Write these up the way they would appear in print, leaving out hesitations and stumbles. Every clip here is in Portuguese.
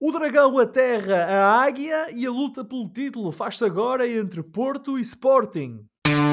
O dragão aterra a águia e a luta pelo título faz-se agora entre Porto e Sporting.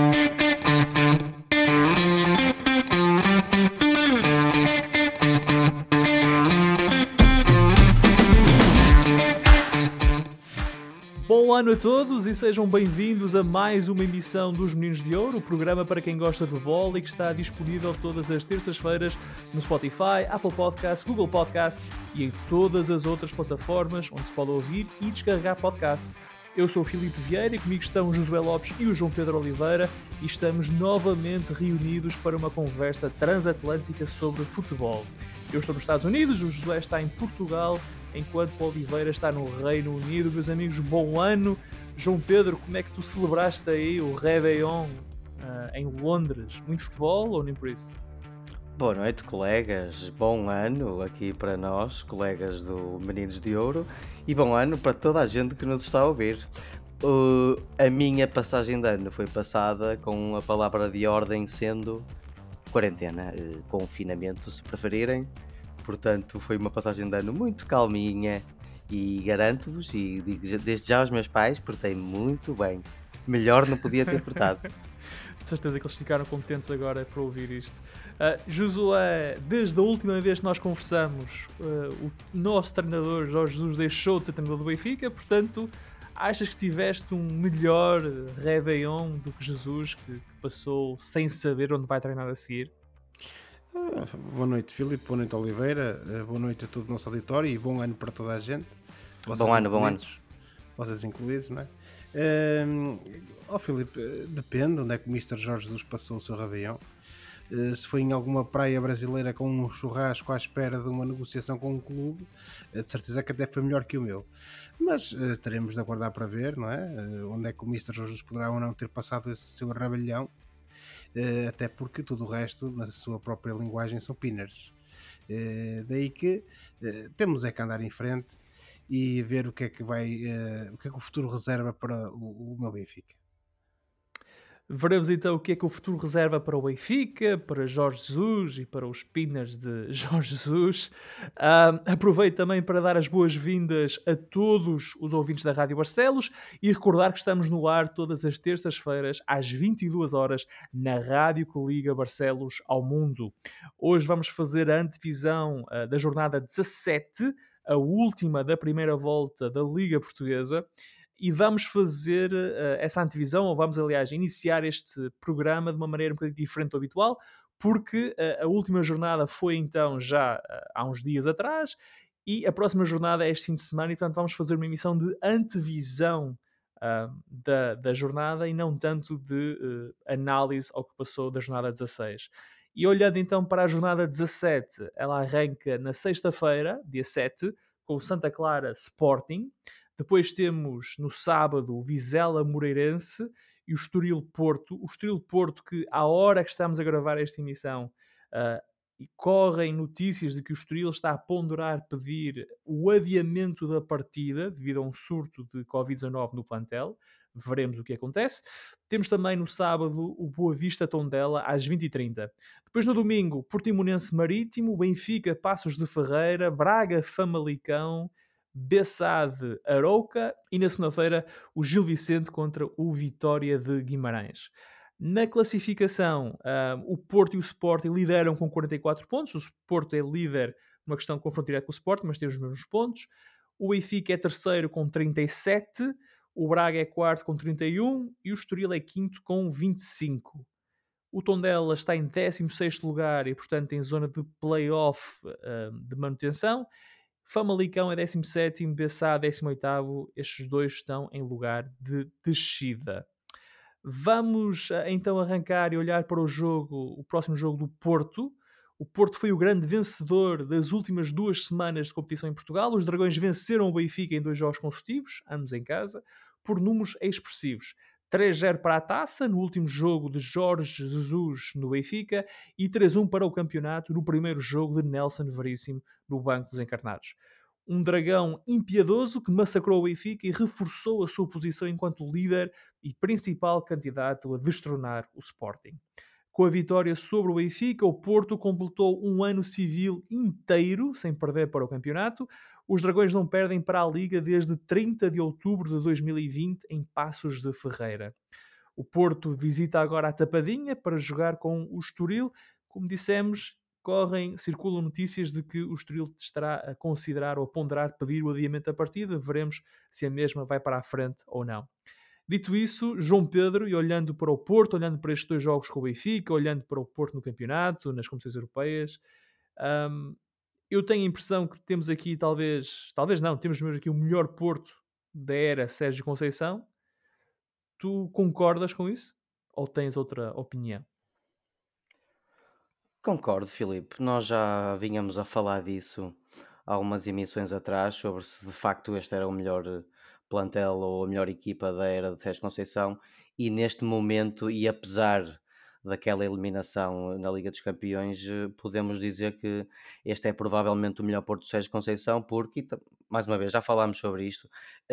Bom ano a todos e sejam bem-vindos a mais uma emissão dos Meninos de Ouro, o programa para quem gosta de bola e que está disponível todas as terças-feiras no Spotify, Apple Podcasts, Google Podcasts e em todas as outras plataformas onde se pode ouvir e descarregar podcasts. Eu sou o Filipe Vieira e comigo estão o Josué Lopes e o João Pedro Oliveira e estamos novamente reunidos para uma conversa transatlântica sobre futebol. Eu estou nos Estados Unidos, o Josué está em Portugal, enquanto o Oliveira está no Reino Unido. Meus amigos, bom ano. João Pedro, como é que tu celebraste aí o Réveillon em Londres? Muito futebol ou nem por isso? Boa noite, colegas. Bom ano aqui para nós, colegas do Meninos de Ouro, e bom ano para toda a gente que nos está a ouvir. A minha passagem de ano foi passada com a palavra de ordem sendo quarentena, confinamento, se preferirem. Portanto, foi uma passagem de ano muito calminha e garanto-vos, e digo desde já aos meus pais, portei-me muito bem. Melhor não podia ter portado. De certeza que eles ficaram contentes agora para ouvir isto. Josué, desde a última vez que nós conversamos, o nosso treinador Jorge Jesus deixou de ser treinador do Benfica, portanto, achas que tiveste um melhor Réveillon do que Jesus, que passou sem saber onde vai treinar a seguir? Boa noite, Filipe. Boa noite, Oliveira. Boa noite a todo o nosso auditório e bom ano para toda a gente. Bom ano, bom ano. Vocês incluídos, não é? Filipe, depende onde é que o Mister Jorge Jesus passou o seu Réveillon. Se foi em alguma praia brasileira com um churrasco à espera de uma negociação com um clube, de certeza que até foi melhor que o meu. Mas teremos de aguardar para ver, não é? Onde é que o Mister Jorge Jesus poderá ou não ter passado esse seu Réveillon. Até porque tudo o resto, na sua própria linguagem, são pinners. Daí que temos é que andar em frente e ver o que é que o que é que o futuro reserva para o meu Benfica. Veremos então o que é que o futuro reserva para o Benfica, para Jorge Jesus e para os Pinners de Jorge Jesus. Aproveito também para dar as boas-vindas a todos os ouvintes da Rádio Barcelos e recordar que estamos no ar todas as terças-feiras às 22 horas na rádio que liga Barcelos ao mundo. Hoje vamos fazer a antevisão da jornada 17, a última da primeira volta da Liga Portuguesa. E vamos fazer essa antevisão, ou vamos, aliás, iniciar este programa de uma maneira um bocadinho diferente do habitual, porque a última jornada foi então já há uns dias atrás, e a próxima jornada é este fim de semana, e portanto vamos fazer uma emissão de antevisão da jornada e não tanto de análise ao que passou da jornada 16. E olhando então para a jornada 17, ela arranca na sexta-feira, dia 7, com o Santa Clara Sporting. Depois temos no sábado o Vizela Moreirense e o Estoril Porto. O Estoril Porto que, à hora que estamos a gravar esta emissão, e correm notícias de que o Estoril está a ponderar pedir o adiamento da partida devido a um surto de Covid-19 no plantel. Veremos o que acontece. Temos também no sábado o Boa Vista Tondela às 20h30. Depois no domingo, Portimonense Marítimo, Benfica Passos de Ferreira, Braga Famalicão, Bessade Arouca e na segunda-feira o Gil Vicente contra o Vitória de Guimarães. Na classificação, o Porto e o Sporting lideram com 44 pontos. O Porto é líder numa questão de confronto direto com o Sporting, mas tem os mesmos pontos. O Benfica é terceiro com 37, o Braga é quarto com 31 e o Estoril é quinto com 25. O Tondela está em 16º lugar e, portanto, em zona de play-off de manutenção. Famalicão é 17º, Bessá 18º. Estes dois estão em lugar de descida. Vamos então arrancar e olhar para o próximo jogo do Porto. O Porto foi o grande vencedor das últimas 2 semanas de competição em Portugal. Os Dragões venceram o Benfica em 2 jogos consecutivos, ambos em casa, por números expressivos. 3-0 para a taça no último jogo de Jorge Jesus no Benfica e 3-1 para o campeonato no primeiro jogo de Nelson Veríssimo no Banco dos Encarnados. Um dragão impiedoso que massacrou o Benfica e reforçou a sua posição enquanto líder e principal candidato a destronar o Sporting. Com a vitória sobre o Benfica, o Porto completou um ano civil inteiro sem perder para o campeonato. Os Dragões não perdem para a Liga desde 30 de outubro de 2020 em Paços de Ferreira. O Porto visita agora a Tapadinha para jogar com o Estoril. Como dissemos, circulam notícias de que o Estoril estará a considerar ou a ponderar pedir o adiamento da partida. Veremos se a mesma vai para a frente ou não. Dito isso, João Pedro, e olhando para o Porto, olhando para estes 2 jogos com o Benfica, olhando para o Porto no campeonato, nas competições europeias, eu tenho a impressão que temos aqui talvez não, temos mesmo aqui o melhor Porto da era Sérgio Conceição. Tu concordas com isso? Ou tens outra opinião? Concordo, Filipe. Nós já vínhamos a falar disso há umas emissões atrás, sobre se de facto este era o melhor plantel ou a melhor equipa da era de Sérgio Conceição, e neste momento, e apesar daquela eliminação na Liga dos Campeões, podemos dizer que este é provavelmente o melhor Porto de Sérgio Conceição, porque, mais uma vez, já falámos sobre isto,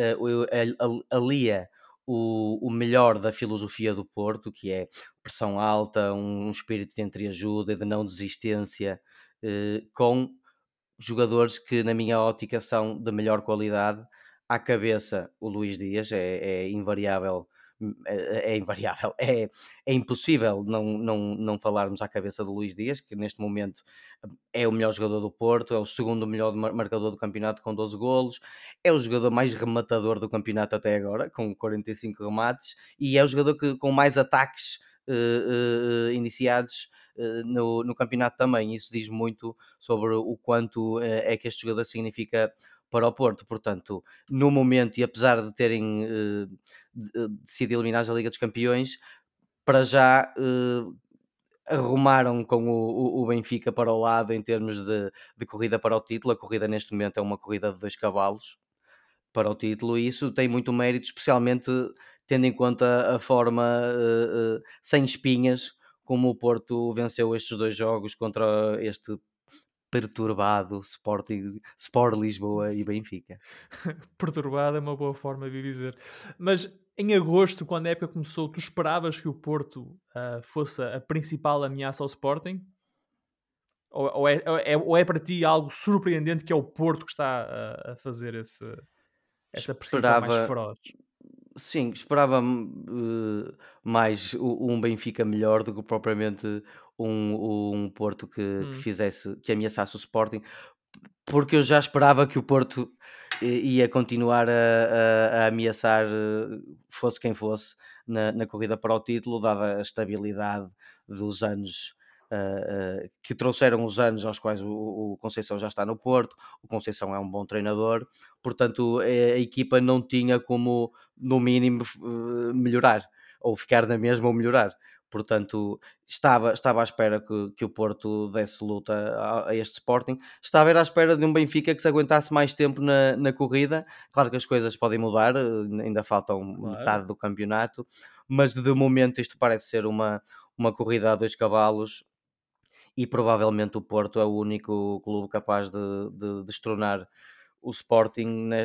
alia o melhor da filosofia do Porto, que é pressão alta, um espírito de entreajuda e de não desistência, com jogadores que, na minha ótica, são de melhor qualidade. À cabeça, o Luís Dias é invariável, é invariável, é impossível não falarmos à cabeça do Luís Dias, que neste momento é o melhor jogador do Porto, é o segundo melhor marcador do campeonato com 12 golos, é o jogador mais rematador do campeonato até agora, com 45 remates, e é o jogador com mais ataques iniciados no campeonato também. Isso diz muito sobre o quanto é que este jogador significa para o Porto. Portanto, no momento, e apesar de terem sido eliminados da Liga dos Campeões, para já arrumaram com o Benfica para o lado em termos de corrida para o título. A corrida neste momento é uma corrida de 2 cavalos para o título, e isso tem muito mérito, especialmente tendo em conta a forma sem espinhas como o Porto venceu estes 2 jogos contra este perturbado Sport Lisboa e Benfica. Perturbado é uma boa forma de dizer. Mas em agosto, quando a época começou, tu esperavas que o Porto fosse a principal ameaça ao Sporting? Ou é para ti algo surpreendente que é o Porto que está a fazer essa perseguição mais Esperava, feroz? sim, esperava mais um Benfica melhor do que propriamente um Porto que Hum. fizesse, que ameaçasse o Sporting, porque eu já esperava que o Porto ia continuar a ameaçar, fosse quem fosse, na corrida para o título, dada a estabilidade dos anos que trouxeram os anos aos quais o Conceição já está no Porto. O Conceição é um bom treinador, portanto a equipa não tinha como, no mínimo, melhorar, ou ficar na mesma ou melhorar. Portanto, estava à espera que o Porto desse luta a este Sporting. Estava à espera de um Benfica que se aguentasse mais tempo na corrida. Claro que as coisas podem mudar, ainda faltam Claro. metade do campeonato, mas de momento isto parece ser uma corrida a 2 cavalos, e provavelmente o Porto é o único clube capaz de destronar o Sporting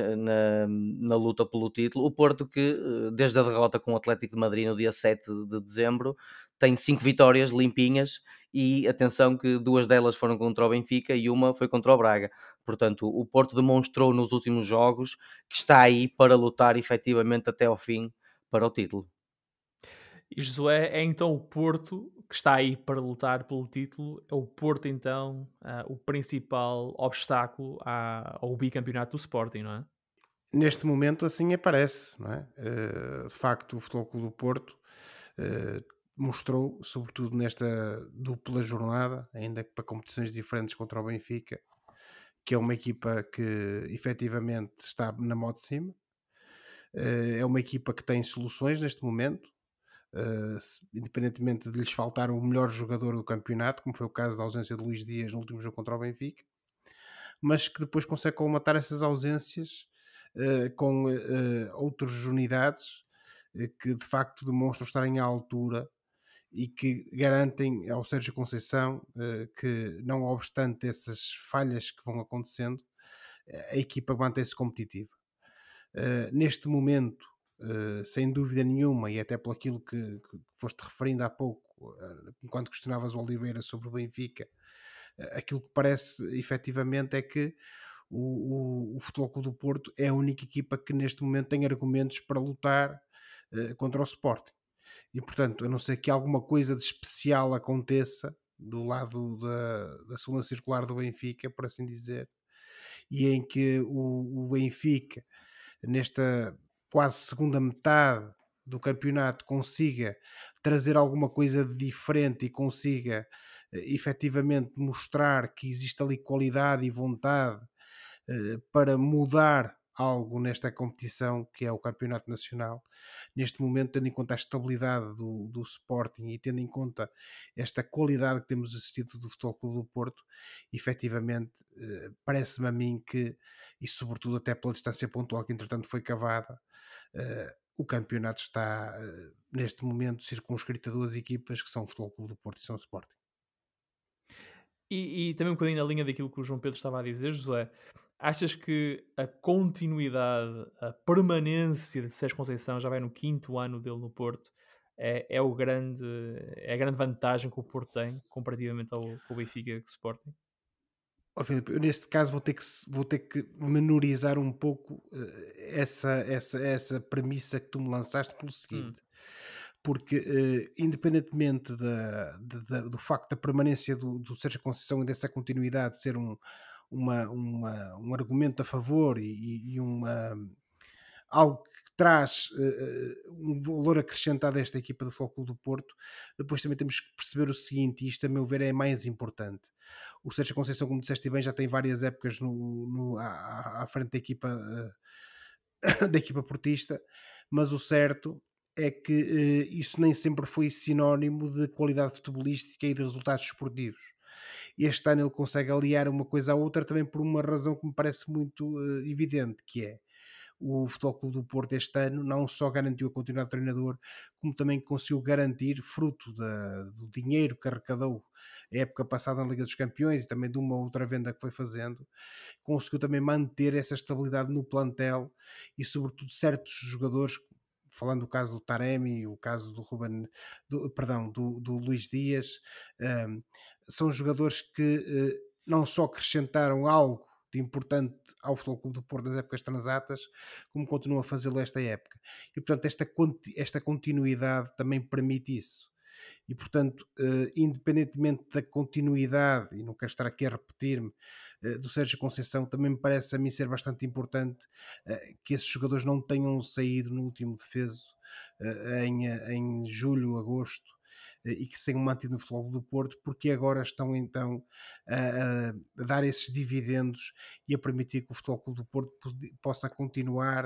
na luta pelo título. O Porto que, desde a derrota com o Atlético de Madrid no dia 7 de dezembro, tem 5 vitórias limpinhas, e atenção que 2 delas foram contra o Benfica e uma foi contra o Braga. Portanto, o Porto demonstrou nos últimos jogos que está aí para lutar efetivamente até ao fim para o título. E Josué é então o Porto que está aí para lutar pelo título. É o Porto, então, o principal obstáculo ao bicampeonato do Sporting, não é? Neste momento assim aparece, não é? De facto, o Futebol Clube do Porto eh, mostrou, sobretudo nesta dupla jornada, ainda que para competições diferentes contra o Benfica, que é uma equipa que efetivamente está na moda de cima. É uma equipa que tem soluções neste momento, independentemente de lhes faltar o melhor jogador do campeonato, como foi o caso da ausência de Luís Dias no último jogo contra o Benfica, mas que depois consegue colmatar essas ausências com outras unidades que de facto demonstram estarem à altura e que garantem ao Sérgio Conceição que, não obstante essas falhas que vão acontecendo, a equipa mantém-se competitiva. Neste momento, sem dúvida nenhuma, e até pelo aquilo que foste referindo há pouco, enquanto questionavas o Oliveira sobre o Benfica, aquilo que parece efetivamente é que o Futebol Clube do Porto é a única equipa que neste momento tem argumentos para lutar contra o Sporting. E portanto, a não ser que alguma coisa de especial aconteça do lado da segunda circular do Benfica, por assim dizer, e em que o Benfica, nesta quase segunda metade do campeonato, consiga trazer alguma coisa de diferente e consiga efetivamente mostrar que existe ali qualidade e vontade para mudar algo nesta competição que é o Campeonato Nacional. Neste momento, tendo em conta a estabilidade do Sporting e tendo em conta esta qualidade que temos assistido do Futebol Clube do Porto, efetivamente, parece-me a mim que, e sobretudo até pela distância pontual que entretanto foi cavada, o campeonato está neste momento circunscrito a duas equipas que são o Futebol Clube do Porto e são o Sporting. E também um bocadinho na linha daquilo que o João Pedro estava a dizer, José, achas que a continuidade, a permanência de Sérgio Conceição, já vai no quinto ano dele no Porto, é a grande vantagem que o Porto tem comparativamente com o Benfica e com o Sporting? Ó Filipe, eu neste caso vou ter que menorizar um pouco essa premissa que tu me lançaste pelo Hum, seguinte, porque independentemente do facto da permanência do Sérgio Conceição e dessa continuidade ser um argumento a favor e algo que traz um valor acrescentado a esta equipa do Futebol Clube do Porto, depois também temos que perceber o seguinte, e isto a meu ver é mais importante. O Sérgio Conceição, como disseste bem, já tem várias épocas à frente da equipa, da equipa portista, mas o certo é que isso nem sempre foi sinónimo de qualidade futebolística e de resultados esportivos. Este ano ele consegue aliar uma coisa à outra também por uma razão que me parece muito evidente, que é o Futebol Clube do Porto este ano não só garantiu a continuidade do treinador, como também conseguiu garantir, fruto do dinheiro que arrecadou a época passada na Liga dos Campeões e também de uma outra venda que foi fazendo, conseguiu também manter essa estabilidade no plantel e sobretudo certos jogadores, falando do caso do Taremi, o caso do Ruben, perdão, do Luís Dias, um, são jogadores que não só acrescentaram algo de importante ao Futebol Clube do Porto das épocas transatas, como continua a fazê-lo esta época. E portanto esta continuidade também permite isso. E portanto, independentemente da continuidade, e não quero estar aqui a repetir-me, do Sérgio Conceição, também me parece a mim ser bastante importante que esses jogadores não tenham saído no último defeso em julho, agosto, e que se tenham mantido no Futebol do Porto, porque agora estão então a dar esses dividendos e a permitir que o Futebol Clube do Porto possa continuar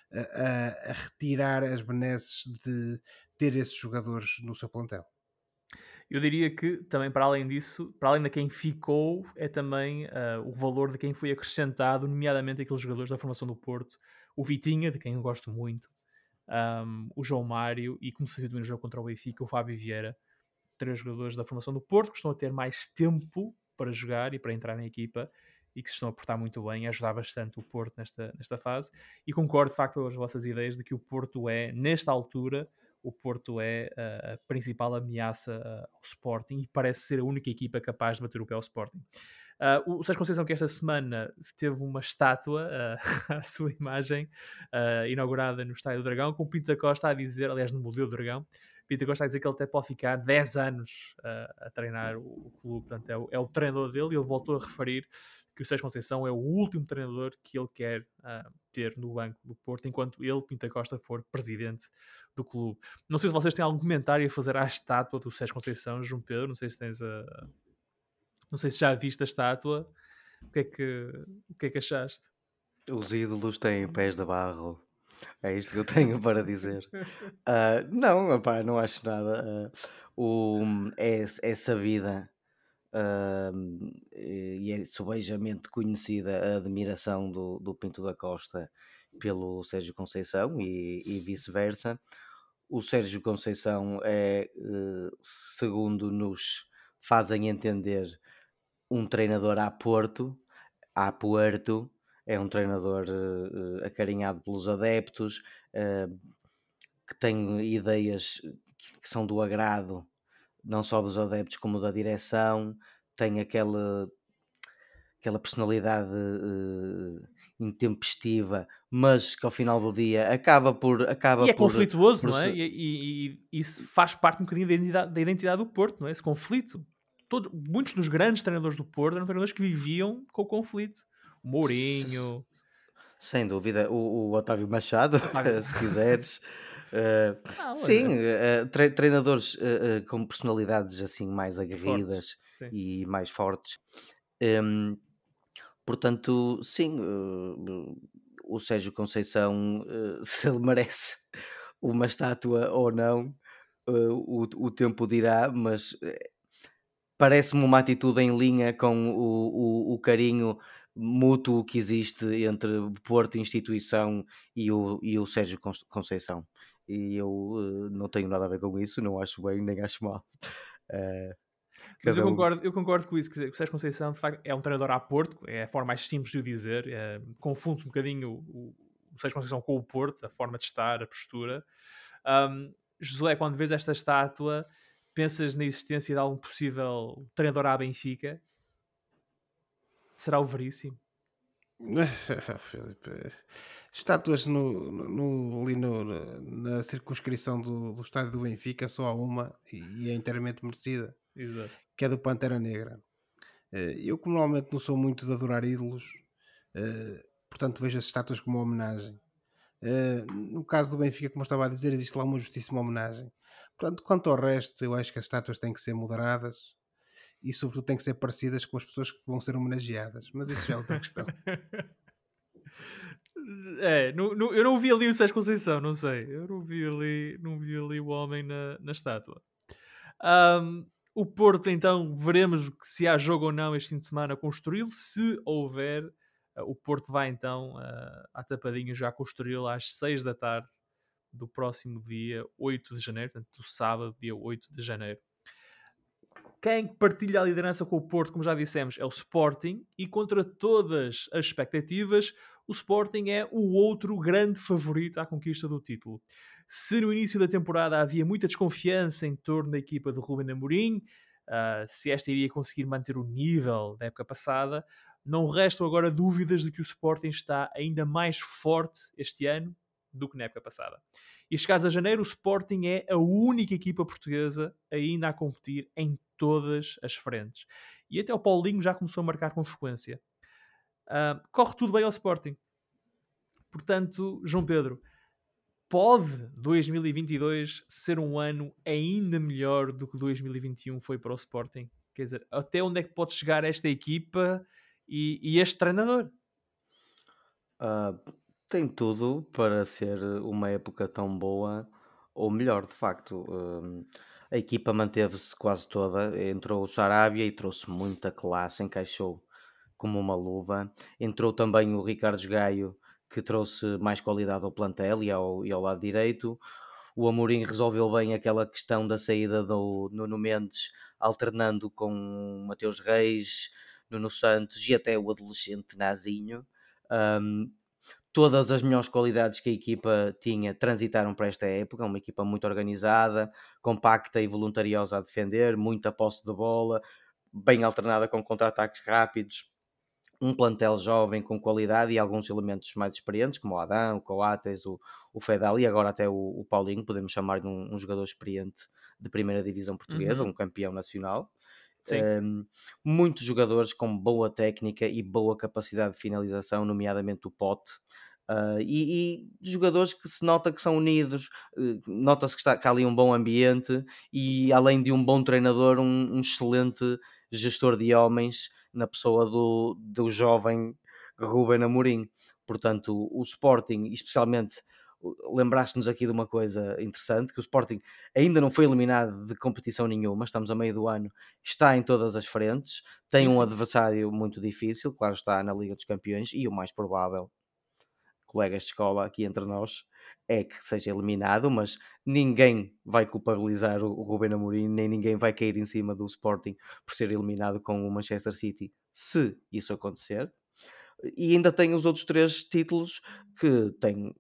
a retirar as benesses de ter esses jogadores no seu plantel. Eu diria que também para além disso, para além de quem ficou, é também o valor de quem foi acrescentado, nomeadamente aqueles jogadores da formação do Porto, o Vitinha, de quem eu gosto muito, o João Mário e, como se viu no jogo contra o Benfica, o Fábio Vieira, três jogadores da formação do Porto que estão a ter mais tempo para jogar e para entrar na equipa e que se estão a portar muito bem, a ajudar bastante o Porto nesta fase. E concordo, de facto, com as vossas ideias de que o Porto é, nesta altura, o Porto é a principal ameaça ao Sporting e parece ser a única equipa capaz de bater o pé ao Sporting. O Sérgio Conceição, que esta semana teve uma estátua à sua imagem, inaugurada no Estádio do Dragão, com o Pinto da Costa a dizer, aliás, no Museu do Dragão, Pinto Costa a dizer que ele até pode ficar 10 anos a treinar o clube, portanto é o treinador dele e ele voltou a referir que o Sérgio Conceição é o último treinador que ele quer ter no banco do Porto, enquanto ele, Pinto Costa, for presidente do clube. Não sei se vocês têm algum comentário a fazer à estátua do Sérgio Conceição, João Pedro, não sei se tens não sei se já viste a estátua, o que é que achaste? Os ídolos têm pés de barro. É isto que eu tenho para dizer. Não, opá, não acho nada. É sabida e é subejamente conhecida a admiração do Pinto da Costa pelo Sérgio Conceição e vice-versa. O Sérgio Conceição é, segundo nos fazem entender, um treinador a Puerto, é um treinador acarinhado pelos adeptos, eh, que tem ideias que são do agrado não só dos adeptos como da direção, tem aquela personalidade intempestiva, mas que ao final do dia acaba E é conflituoso, por não é? se... E isso faz parte um bocadinho da identidade do Porto, não é? Esse conflito. Muitos dos grandes treinadores do Porto eram treinadores que viviam com o conflito. O Mourinho, Sem dúvida, o Otávio Machado, Otávio. se quiseres. Eh, Não, sim, treinadores com personalidades assim mais fortes. aguerridas Sim. e mais fortes. Hum, Portanto, sim, o Sérgio Conceição, se ele merece uma estátua ou não, o tempo dirá, mas parece-me uma atitude em linha com o carinho mútuo que existe entre Porto, instituição, e o Sérgio Conceição. E eu não tenho nada a ver com isso, não acho bem nem acho mal. Eh, Mas eu Cada um. concordo, eu concordo com isso. Quer dizer, o Sérgio Conceição, de facto, é um treinador a Porto, é a forma mais simples de o dizer. Confunde um bocadinho o Sérgio Conceição com o Porto, a forma de estar, a postura. Josué, quando vês esta estátua, pensas na existência de algum possível treinador à Benfica? Será o Veríssimo? Filipe, estátuas ali na circunscrição do estádio do Benfica, só há uma e é inteiramente merecida, Exato. que é do Pantera Negra. Eu, como normalmente não sou muito de adorar ídolos, portanto vejo as estátuas como uma homenagem. No caso do Benfica, como eu estava a dizer, existe lá uma justíssima homenagem. Portanto, quanto ao resto, eu acho que as estátuas têm que ser moderadas e, sobretudo, têm que ser parecidas com as pessoas que vão ser homenageadas. Mas isso já é outra questão. Eu não vi ali o Sérgio Conceição, não sei. Eu não vi ali o homem na estátua. O Porto, então, veremos se há jogo ou não este fim de semana com o Estoril. Se houver, o Porto vai então à tapadinha já com o Estoril às 6 da tarde do próximo dia 8 de janeiro, portanto, do sábado, dia 8 de janeiro. Quem partilha a liderança com o Porto, como já dissemos, é o Sporting, e contra todas as expectativas, o Sporting é o outro grande favorito à conquista do título. Se no início da temporada havia muita desconfiança em torno da equipa de Ruben Amorim, se esta iria conseguir manter o nível da época passada, não restam agora dúvidas de que o Sporting está ainda mais forte este ano do que na época passada. E chegados a janeiro, o Sporting é a única equipa portuguesa ainda a competir em todas as frentes. E até o Paulinho já começou a marcar com frequência. Corre tudo bem ao Sporting. Portanto, João Pedro, pode 2022 ser um ano ainda melhor do que 2021 foi para o Sporting? Quer dizer, até onde é que pode chegar esta equipa e este treinador? Ah, Tem tudo para ser uma época tão boa ou melhor, de facto. A equipa manteve-se quase toda. Entrou o Sarabia e trouxe muita classe, encaixou como uma luva. Entrou também o Ricardo Gaio, que trouxe mais qualidade ao plantel e ao lado direito. O Amorim resolveu bem aquela questão da saída do Nuno Mendes, alternando com Mateus Reis, Nuno Santos e até o adolescente Nazinho. Um, Todas as melhores qualidades que a equipa tinha transitaram para esta época, uma equipa muito organizada, compacta e voluntariosa a defender, muita posse de bola, bem alternada com contra-ataques rápidos, um plantel jovem com qualidade e alguns elementos mais experientes, como o Adão, o Coates, o Fedal e agora até o Paulinho, podemos chamar de um jogador experiente de primeira divisão portuguesa, Uhum. um campeão nacional. Sim. Muitos jogadores com boa técnica e boa capacidade de finalização, nomeadamente o Pote. E jogadores que se nota que são unidos, nota-se que há ali um bom ambiente e além de um bom treinador, um excelente gestor de homens na pessoa do jovem Ruben Amorim. Portanto, o Sporting, especialmente, lembraste-nos aqui de uma coisa interessante, que o Sporting ainda não foi eliminado de competição nenhuma, estamos a meio do ano, está em todas as frentes, tem Sim, um sim. adversário muito difícil, claro está na Liga dos Campeões, e o mais provável, colegas de escola aqui entre nós, é que seja eliminado, mas ninguém vai culpabilizar o Ruben Amorim, nem ninguém vai cair em cima do Sporting por ser eliminado com o Manchester City, se isso acontecer. E ainda tem os outros 3 títulos que têm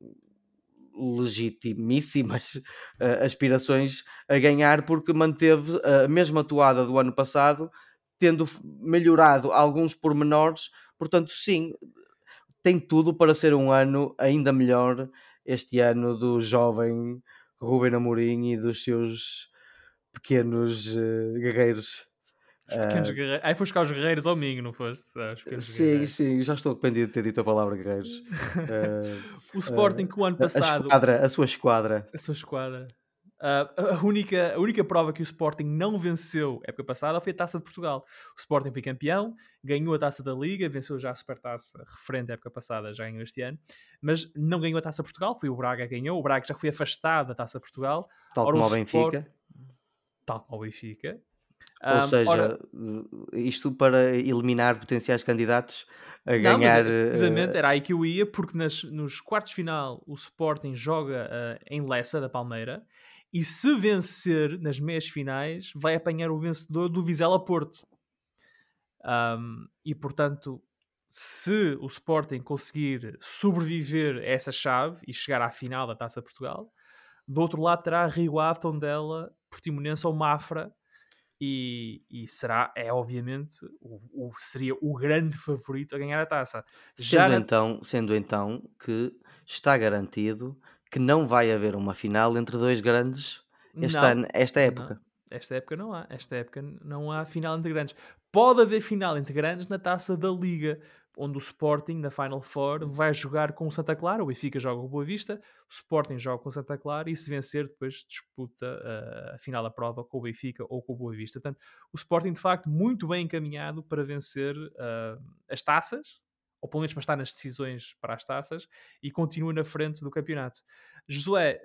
legitimíssimas aspirações a ganhar, porque manteve a mesma toada do ano passado, tendo melhorado alguns pormenores, portanto, sim, tem tudo para ser um ano ainda melhor este ano do jovem Ruben Amorim e dos seus pequenos guerreiros. Os pequenos guerreiros. Aí foste buscar os guerreiros ao Minho, não foste? Ah, os pequenos Sim, guerreiros. sim, já estou arrependido de ter dito a palavra guerreiros. O Sporting que o ano passado, A sua esquadra. a sua esquadra, a única prova que o Sporting não venceu época passada foi a Taça de Portugal. O Sporting foi campeão, ganhou a Taça da Liga, venceu já a Supertaça referente à época passada, já ganhou este ano, mas não ganhou a Taça de Portugal, foi o Braga que ganhou. O Braga já foi afastado da Taça de Portugal. Tal Ora, o como o Sport, Benfica. tal como o Benfica. Ou Ora, seja, isto para eliminar potenciais candidatos a não, mas ganhar. precisamente era aí que eu ia, porque nos quartos de final o Sporting joga em Lessa, da Palmeira, e se vencer nas meias finais, vai apanhar o vencedor do Vizela Porto. E portanto, se o Sporting conseguir sobreviver a essa chave e chegar à final da Taça de Portugal, do outro lado terá Rio Ave, Tondela, Portimonense ou Mafra, e obviamente, seria o grande favorito a ganhar a taça. Já Sendo então que está garantido que não vai haver uma final entre dois grandes Não, esta não. época. Esta época não há. Esta época não há final entre grandes. Pode haver final entre grandes na Taça da Liga, onde o Sporting, na Final Four, vai jogar com o Santa Clara. O Benfica joga com o Boa Vista, o Sporting joga com o Santa Clara e, se vencer, depois disputa a final da prova com o Benfica ou com o Boa Vista. Portanto, o Sporting, de facto, muito bem encaminhado para vencer as taças, ou pelo menos para estar nas decisões para as taças, e continua na frente do campeonato. Josué,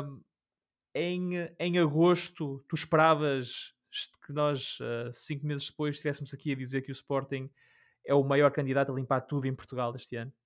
em agosto, tu esperavas que nós, 5 meses depois, estivéssemos aqui a dizer que o Sporting é o maior candidato a limpar tudo em Portugal este ano?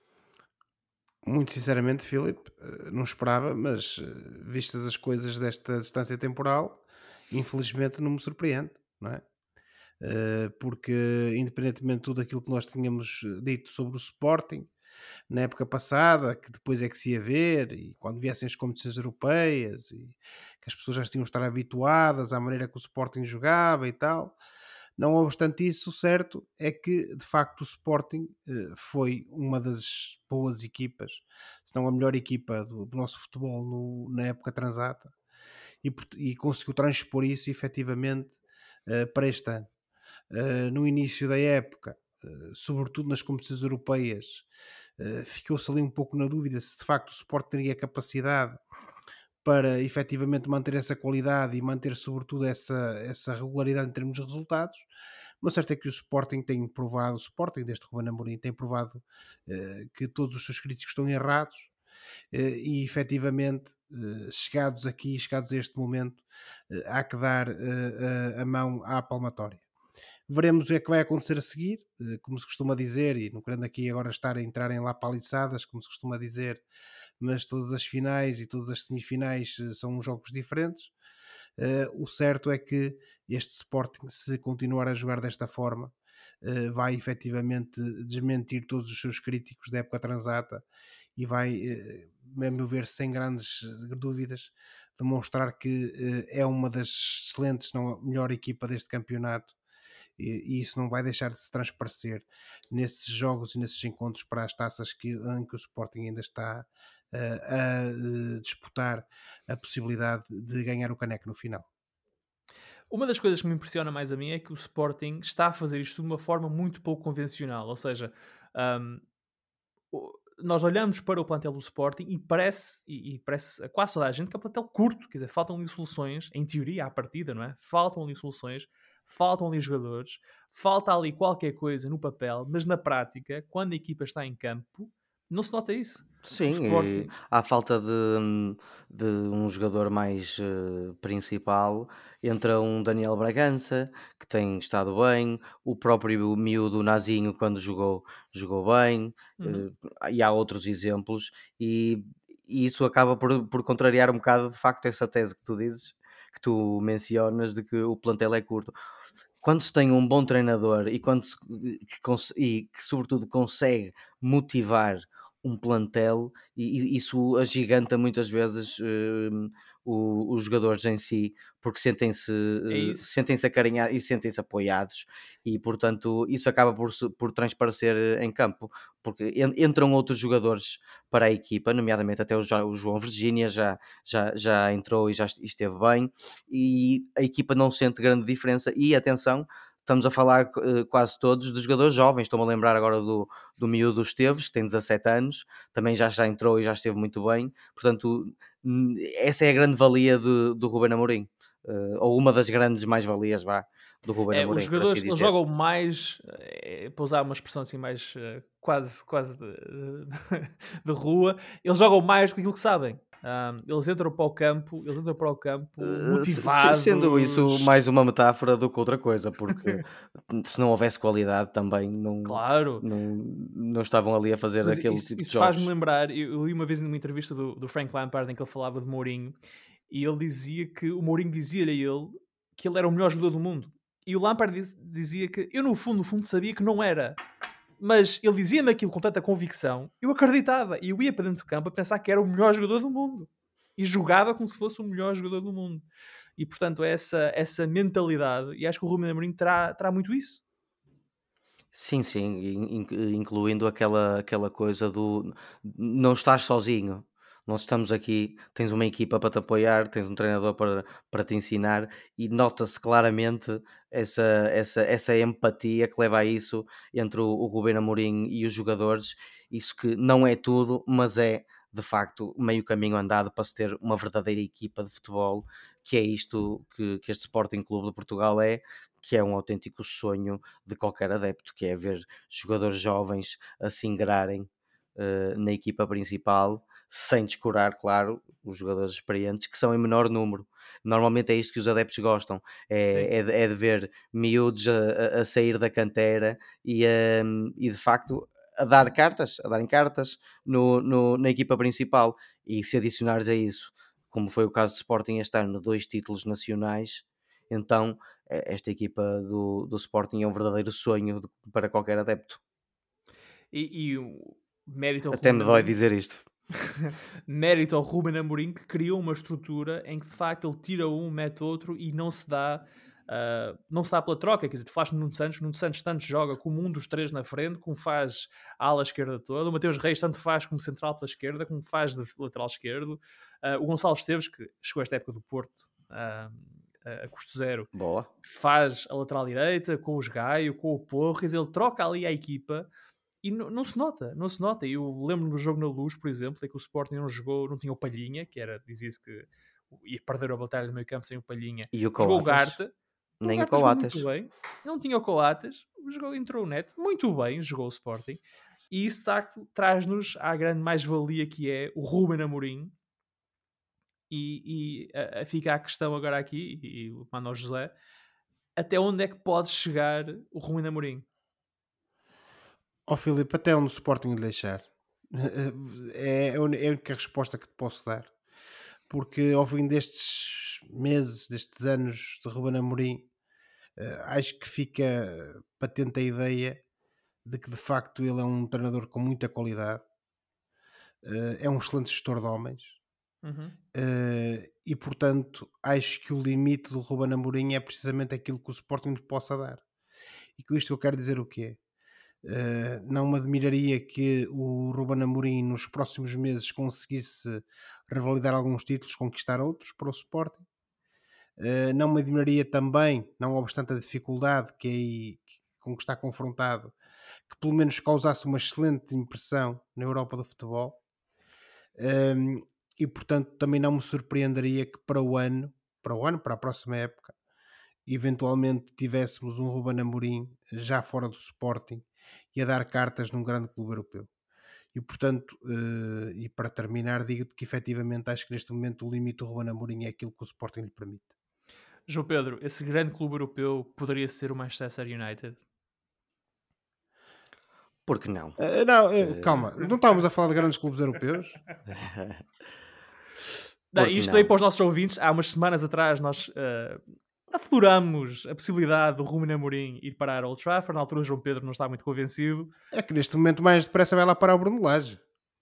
Muito sinceramente, Filipe, não esperava, mas vistas as coisas desta distância temporal, infelizmente não me surpreende, não é? Porque independentemente de tudo aquilo que nós tínhamos dito sobre o Sporting na época passada, que depois é que se ia ver, e quando viessem as competições europeias, e que as pessoas já tinham de estar habituadas à maneira que o Sporting jogava e tal. Não obstante isso, o certo é que de facto o Sporting foi uma das boas equipas, se não a melhor equipa do nosso futebol na época transata, e conseguiu transpor isso efetivamente para este ano. No início da época, sobretudo nas competições europeias, ficou-se ali um pouco na dúvida se de facto o Sport teria capacidade para efetivamente manter essa qualidade e manter sobretudo essa regularidade em termos de resultados. Mas certo é que o Sporting tem provado, o Sporting deste Ruben Amorim tem provado que todos os seus críticos estão errados, e efetivamente chegados a este momento, há que dar a mão à palmatória. Veremos o que é que vai acontecer a seguir, como se costuma dizer, e não querendo aqui agora estar a entrar em lapaliçadas, como se costuma dizer, mas todas as finais e todas as semifinais são jogos diferentes. O certo é que este Sporting, se continuar a jogar desta forma, vai efetivamente desmentir todos os seus críticos da época transata e vai, a meu ver, sem grandes dúvidas, demonstrar que é uma das excelentes, se não a melhor equipa deste campeonato, e isso não vai deixar de se transparecer nesses jogos e nesses encontros para as taças em que o Sporting ainda está a disputar a possibilidade de ganhar o caneco no final. Uma das coisas que me impressiona mais a mim é que o Sporting está a fazer isto de uma forma muito pouco convencional. Ou seja, um, nós olhamos para o plantel do Sporting e parece a quase toda a gente que é um plantel curto. Quer dizer, faltam ali soluções, em teoria, à partida, não é? Faltam ali soluções, faltam ali jogadores, falta ali qualquer coisa no papel, mas na prática, quando a equipa está em campo, não se nota isso. O Sim, e Sporting. à falta de um jogador mais principal, entra um Daniel Bragança, que tem estado bem, o próprio miúdo Nazinho, quando jogou, jogou bem, Uhum. e há outros exemplos, e isso acaba por contrariar um bocado de facto essa tese que tu dizes, que tu mencionas, de que o plantel é curto. Quando se tem um bom treinador e quando se, que, e que sobretudo consegue motivar um plantel e isso agiganta muitas vezes os jogadores em si, porque É isso. sentem-se acarinhados e sentem-se apoiados e, portanto, isso acaba por transparecer em campo, porque entram outros jogadores para a equipa, nomeadamente até o João Virgínia já entrou e esteve bem, e a equipa não sente grande diferença. E atenção, estamos a falar quase todos de jogadores jovens. Estou-me a lembrar agora do miúdo Esteves, que tem 17 anos, também já entrou e já esteve muito bem. Portanto, essa é a grande valia do Ruben Amorim, ou uma das grandes mais-valias, vá, do Ruben Os Amorim, por assim jogadores, eles dizer. jogam mais, para usar uma expressão assim mais quase de rua, eles jogam mais com aquilo que sabem. Eles entram para o campo Sendo isso motivados, mais uma metáfora do que outra coisa, porque se não houvesse qualidade também claro. não estavam ali a fazer Mas aquele isso, tipo de isso faz-me jogos. lembrar, eu li uma vez numa entrevista do Frank Lampard em que ele falava de Mourinho e ele dizia que o Mourinho dizia-lhe a ele que ele era o melhor jogador do mundo. E o Lampard dizia que eu no fundo sabia que não era. Mas ele dizia-me aquilo com tanta convicção, eu acreditava. E eu ia para dentro do campo a pensar que era o melhor jogador do mundo. E jogava como se fosse o melhor jogador do mundo. E portanto, essa mentalidade, e acho que o Ruben Amorim terá muito isso. Sim, sim, incluindo aquela coisa do não estás sozinho, nós estamos aqui, tens uma equipa para te apoiar, tens um treinador para te ensinar e nota-se claramente essa empatia que leva a isso entre o Ruben Amorim e os jogadores. Isso que não é tudo, mas é de facto meio caminho andado para se ter uma verdadeira equipa de futebol, que é isto que este Sporting Clube de Portugal é, que é um autêntico sonho de qualquer adepto, que é ver jogadores jovens a se ingrarem na equipa principal, sem descurar, claro, os jogadores experientes, que são em menor número. Normalmente é isto que os adeptos gostam, Sim. é de ver miúdos a sair da cantera e de facto a darem cartas na equipa principal. E se adicionares a isso, como foi o caso do Sporting este ano, 2 títulos nacionais, então esta equipa do Sporting é um verdadeiro sonho para qualquer adepto. E o mérito ao Até Ruben me dói Amorim. dizer isto. Mérito ao Ruben Amorim, que criou uma estrutura em que de facto ele tira um, mete outro e não se dá pela troca. Quer dizer, tu falaste no Nuno Santos tanto joga como um dos três na frente, como faz a ala esquerda toda. O Mateus Reis tanto faz como central pela esquerda, como faz de lateral esquerdo. O Gonçalo Esteves, que chegou a esta época do Porto a custo zero, Boa. faz a lateral direita com os Gaio, com o Porres, ele troca ali a equipa e não se nota, não se nota. Eu lembro-me do jogo na Luz, por exemplo, em que o Sporting não jogou, não tinha o Palhinha, que era, dizia-se que ia perder a batalha do meio campo sem o Palhinha. E o Jogou Coates? O Nem o Garte jogou muito Coates. bem, não tinha o Coates, entrou o Neto, muito bem, jogou o Sporting. E isso, de facto, traz-nos à grande mais-valia que é o Ruben Amorim. Fica a questão agora aqui, e o Manuel José, até onde é que pode chegar o Ruben Amorim? Ó Filipe, até onde o Sporting lhe deixar. É a única resposta que te posso dar. Porque ao fim destes meses, destes anos de Ruben Amorim, acho que fica patente a ideia de que de facto ele é um treinador com muita qualidade, é um excelente gestor de homens, Uhum. e portanto acho que o limite do Ruben Amorim é precisamente aquilo que o Sporting lhe possa dar. E com isto eu quero dizer o quê? Não me admiraria que o Ruben Amorim nos próximos meses conseguisse revalidar alguns títulos, conquistar outros para o Sporting. Não me admiraria também, não obstante a dificuldade com que está confrontado, que pelo menos causasse uma excelente impressão na Europa do futebol. E portanto também não me surpreenderia que para a próxima época, eventualmente tivéssemos um Ruben Amorim já fora do Sporting e a dar cartas num grande clube europeu. E portanto, e para terminar, digo-te que efetivamente acho que neste momento o limite do Ruben Amorim é aquilo que o Sporting lhe permite. João Pedro, esse grande clube europeu poderia ser o Manchester United? Por que não? Não, calma, não estávamos a falar de grandes clubes europeus? Não, Por que isto veio não? para os nossos ouvintes. Há umas semanas atrás nós afloramos a possibilidade do Ruben Amorim ir parar ao Old Trafford. Na altura o João Pedro não está muito convencido. É que neste momento mais depressa vai lá para o Bruno Lage.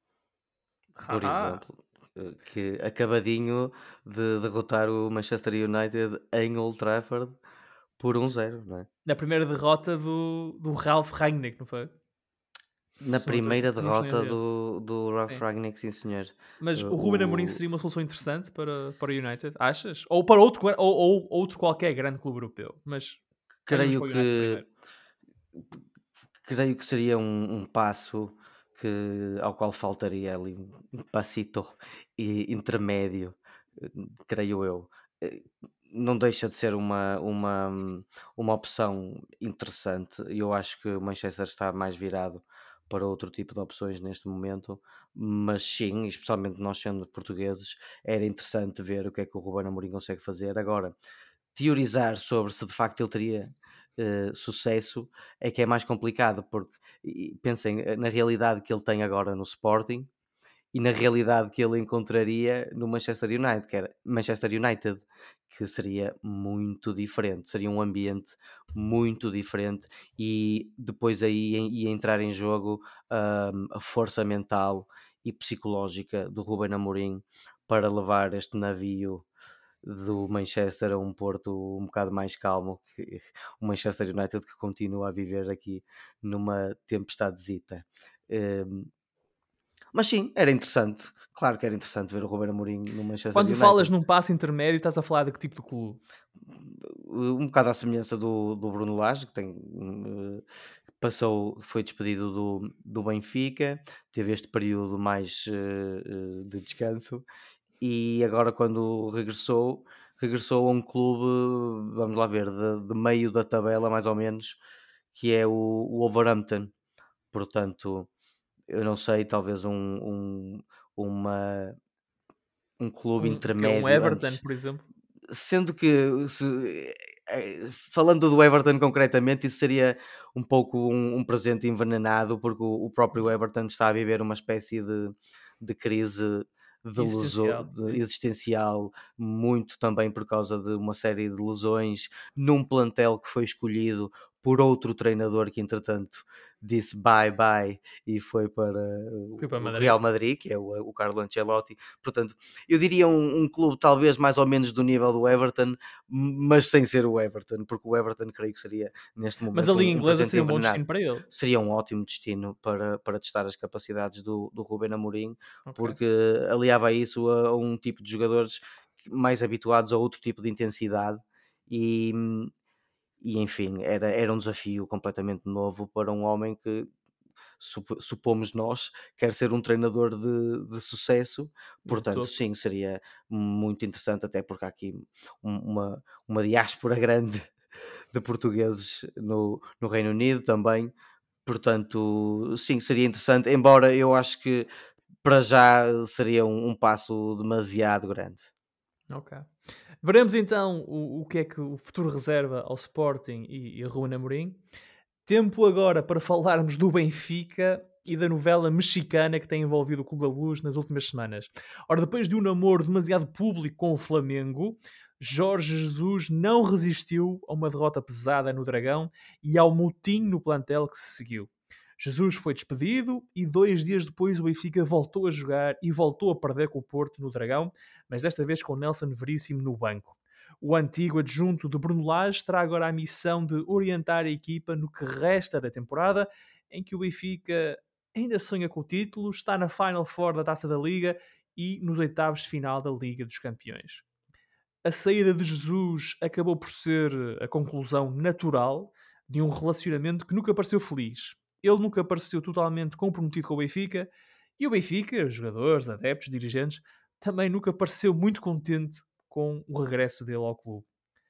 por Haha. exemplo, que acabadinho de derrotar o Manchester United em Old Trafford por 1-0, não é? Na primeira derrota do Ralf Rangnick, não foi? Na primeira Se não estou em derrota erro. do Ralf Sim. Rangnick, sim senhor. Mas o Ruben Amorim O seria uma solução interessante para o United, achas? Ou para ou outro qualquer grande clube europeu, mas olhamos creio para o United que primeiro. creio que seria um passo ao qual faltaria ali um passito intermédio, eh, creio eu. Eh, Não deixa de ser uma opção interessante. Eu acho que o Manchester está mais virado para outro tipo de opções neste momento, mas sim, especialmente nós sendo portugueses, era interessante ver o que é que o Ruben Amorim consegue fazer. Agora, teorizar sobre se de facto ele teria sucesso é que é mais complicado, porque pensem na realidade que ele tem agora no Sporting e na realidade que ele encontraria no Manchester United, que era Manchester United, que seria muito diferente, seria um ambiente muito diferente e depois aí ia entrar em jogo a força mental e psicológica do Ruben Amorim para levar este navio do Manchester a um Porto um bocado mais calmo, que o Manchester United que continua a viver aqui numa tempestadezita. Hum, mas sim, era interessante, claro que era interessante ver o Ruben Amorim no Manchester Quando falas United. num passo intermédio, estás a falar de que tipo de clube? Um bocado à semelhança do Bruno Lage, que passou, foi despedido do Benfica, teve este período mais de descanso e agora quando regressou a um clube, vamos lá ver, de meio da tabela mais ou menos, que é o Wolverhampton. Portanto, eu não sei, talvez uma, um clube O quê? Um intermédio Everton, antes. por exemplo? Sendo que falando do Everton concretamente, isso seria um pouco um presente envenenado, porque o próprio Hum, Everton está a viver uma espécie de crise existencial, sim. existencial, muito também por causa de uma série de lesões, num plantel que foi escolhido por outro treinador que entretanto disse bye bye e foi para Fui para o Madrid. Real Madrid, que é o Carlo Ancelotti. Portanto, eu diria um clube talvez mais ou menos do nível do Everton, mas sem ser o Everton, porque o Everton creio que seria neste Mas a momento liga um inglesa presente seria um bom envenenado. destino para ele. Seria um ótimo destino para testar as capacidades do Ruben Amorim, Ok. porque aliava isso a um tipo de jogadores mais habituados a outro tipo de intensidade e, e enfim, era um desafio completamente novo para um homem que supomos nós, quer ser um treinador de sucesso, De portanto, topo. sim, seria muito interessante, até porque há aqui uma diáspora grande de portugueses no Reino Unido também, portanto, sim, seria interessante, embora eu acho que para já seria um passo demasiado grande. Ok. Veremos então o que é que o futuro reserva ao Sporting e a Ruben Amorim. Tempo agora para falarmos do Benfica e da novela mexicana que tem envolvido o Clube da Luz nas últimas semanas. Ora, depois de um namoro demasiado público com o Flamengo, Jorge Jesus não resistiu a uma derrota pesada no Dragão e ao motim no plantel que se seguiu. Jesus foi despedido e 2 dias depois o Benfica voltou a jogar e voltou a perder com o Porto no Dragão, mas desta vez com Nelson Veríssimo no banco. O antigo adjunto de Bruno Lage terá agora a missão de orientar a equipa no que resta da temporada, em que o Benfica ainda sonha com o título, está na Final Four da Taça da Liga e nos oitavos de final da Liga dos Campeões. A saída de Jesus acabou por ser a conclusão natural de um relacionamento que nunca pareceu feliz. Ele nunca pareceu totalmente comprometido com o Benfica e o Benfica, os jogadores, adeptos, dirigentes, também nunca pareceu muito contente com o regresso dele ao clube.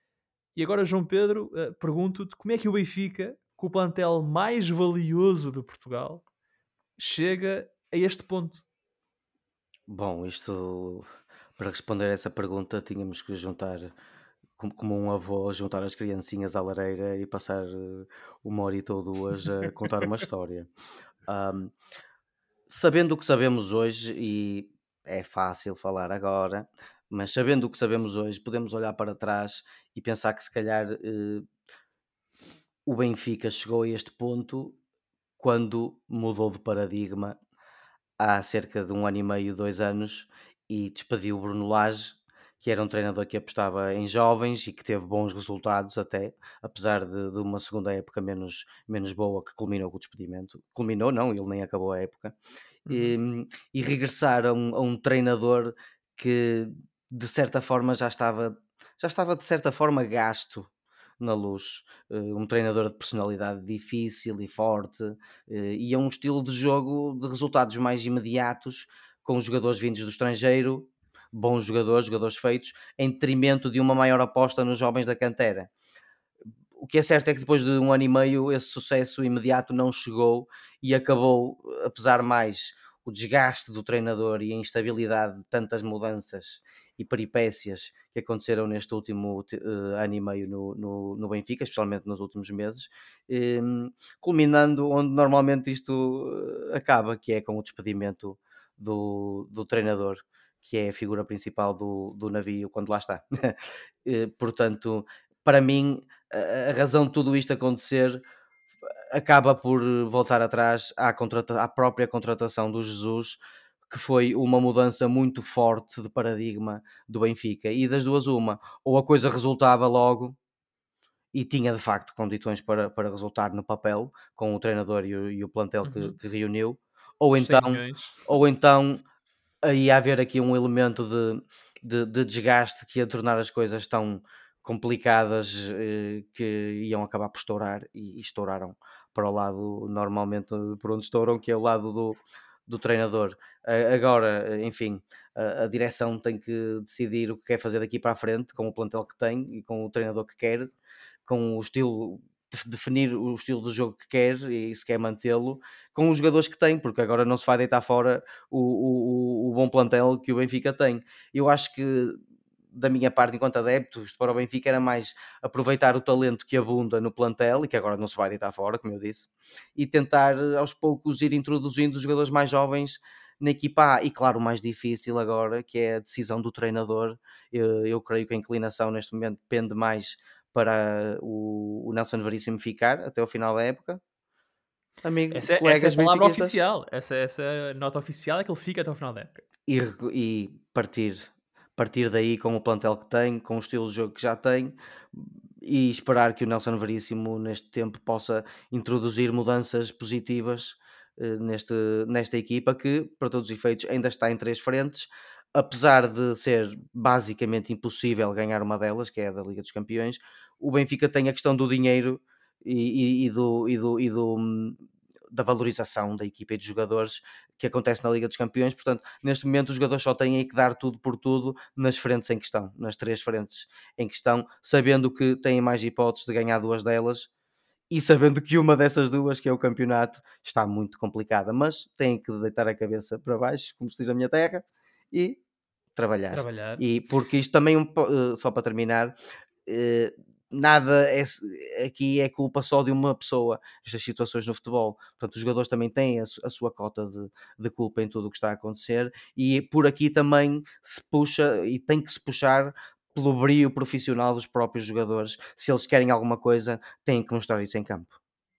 E agora, João Pedro, pergunto-te como é que o Benfica, com o plantel mais valioso de Portugal, chega a este ponto? Bom, isto para responder a essa pergunta tínhamos que juntar, como um avô, juntar as criancinhas à lareira e passar 1 hora ou 2 a contar uma história. Ahm, Sabendo o que sabemos hoje, e é fácil falar agora, mas sabendo o que sabemos hoje, podemos olhar para trás e pensar que se calhar o Benfica chegou a este ponto quando mudou de paradigma há cerca de 1 ano e meio, 2 anos, e despediu o Bruno Lage, que era um treinador que apostava em jovens e que teve bons resultados até, apesar de uma segunda época menos boa que culminou com o despedimento. Culminou não, ele nem acabou a época. Uhum. E regressar a um treinador que de certa forma já estava de certa forma gasto na Luz. Um treinador de personalidade difícil e forte, e a um estilo de jogo de resultados mais imediatos, com jogadores vindos do estrangeiro, bons jogadores, jogadores feitos, em detrimento de uma maior aposta nos jovens da cantera. O que é certo é que depois de 1 ano e meio esse sucesso imediato não chegou e acabou a pesar mais o desgaste do treinador e a instabilidade de tantas mudanças e peripécias que aconteceram neste último ano e meio no Benfica, especialmente nos últimos meses, culminando onde normalmente isto acaba, que é com o despedimento do treinador, que é a figura principal do navio quando lá está. Portanto, para mim, a razão de tudo isto acontecer acaba por voltar atrás à própria contratação do Jesus, que foi uma mudança muito forte de paradigma do Benfica. E das duas, uma, ou a coisa resultava logo e tinha de facto condições para resultar no papel, com o treinador e o plantel que, Uhum. que reuniu, ou Os 100 então, milhões. ou então aí a haver aqui um elemento de desgaste que ia tornar as coisas tão complicadas, que iam acabar por estourar e estouraram para o lado normalmente por onde estouram, que é o lado do treinador. Agora, enfim, a direção tem que decidir o que quer fazer daqui para a frente com o plantel que tem e com o treinador que quer, com o estilo, definir o estilo de jogo que quer e se quer mantê-lo com os jogadores que tem, porque agora não se vai deitar fora o bom plantel que o Benfica tem. Eu acho que, da minha parte, enquanto adepto, isto para o Benfica era mais aproveitar o talento que abunda no plantel e que agora não se vai deitar fora, como eu disse, e tentar aos poucos ir introduzindo os jogadores mais jovens na equipa A. E claro, o mais difícil agora, que é a decisão do treinador. Eu creio que a inclinação neste momento depende mais para o Nelson Veríssimo ficar até o final da época. Amigo, Essa é a colegas palavra benfiquistas, oficial. Essa é a nota oficial, é que ele fica até o final da época. e partir daí com o plantel que tem, com o estilo de jogo que já tem, e esperar que o Nelson Veríssimo neste tempo possa introduzir mudanças positivas, nesta equipa que, para todos os efeitos, ainda está em 3 frentes, apesar de ser basicamente impossível ganhar uma delas, que é a da Liga dos Campeões. O Benfica tem a questão do dinheiro da valorização da equipa e dos jogadores, que acontece na Liga dos Campeões. Portanto, neste momento os jogadores só têm que dar tudo por tudo nas frentes em questão, nas 3 frentes em questão, sabendo que têm mais hipóteses de ganhar 2 delas e sabendo que uma dessas 2, que é o campeonato, está muito complicada, mas têm que deitar a cabeça para baixo, como se diz a minha terra, e trabalhar. Trabalhar. E porque isto também, só para terminar, eh, nada aqui é culpa só de uma pessoa, estas situações no futebol. Portanto, os jogadores também têm a sua cota de culpa em tudo o que está a acontecer, e por aqui também se puxa e tem que se puxar pelo brio profissional dos próprios jogadores. Se eles querem alguma coisa, têm que mostrar isso em campo.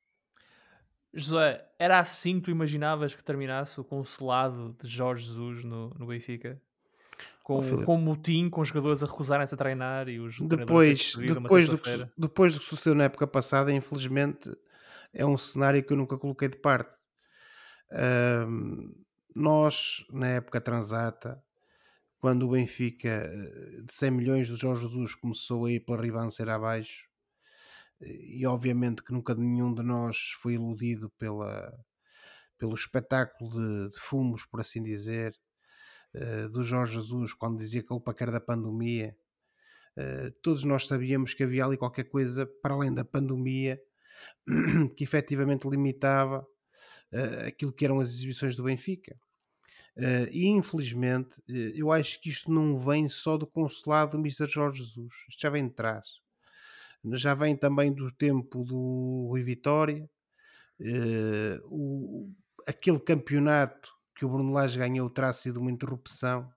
Josué, era assim que tu imaginavas que terminasse o congelado de Jorge Jesus no Benfica? Ó Com Filipe, um motim, com os jogadores a recusarem-se a treinar e o treinador a ser depois, despedido uma depois, do que, terça-feira? depois do que sucedeu na época passada, infelizmente, é um cenário que eu nunca coloquei de parte. Ahm, Nós, na época transata, quando o Benfica de 100 milhões do Jorge Jesus começou a ir pela ribanceira abaixo, e obviamente que nunca nenhum de nós foi iludido pelo espetáculo de fumos, por assim dizer, do Jorge Jesus, quando dizia que a culpa que era da pandemia. Todos nós sabíamos que havia ali qualquer coisa para além da pandemia que efetivamente limitava aquilo que eram as exibições do Benfica. E infelizmente, eu acho que isto não vem só do consulado do Mister Jorge Jesus, isto já vem de trás. Já vem também do tempo do Rui Vitória, eh, o, aquele campeonato que o Bruno Lage ganhou terá sido uma interrupção,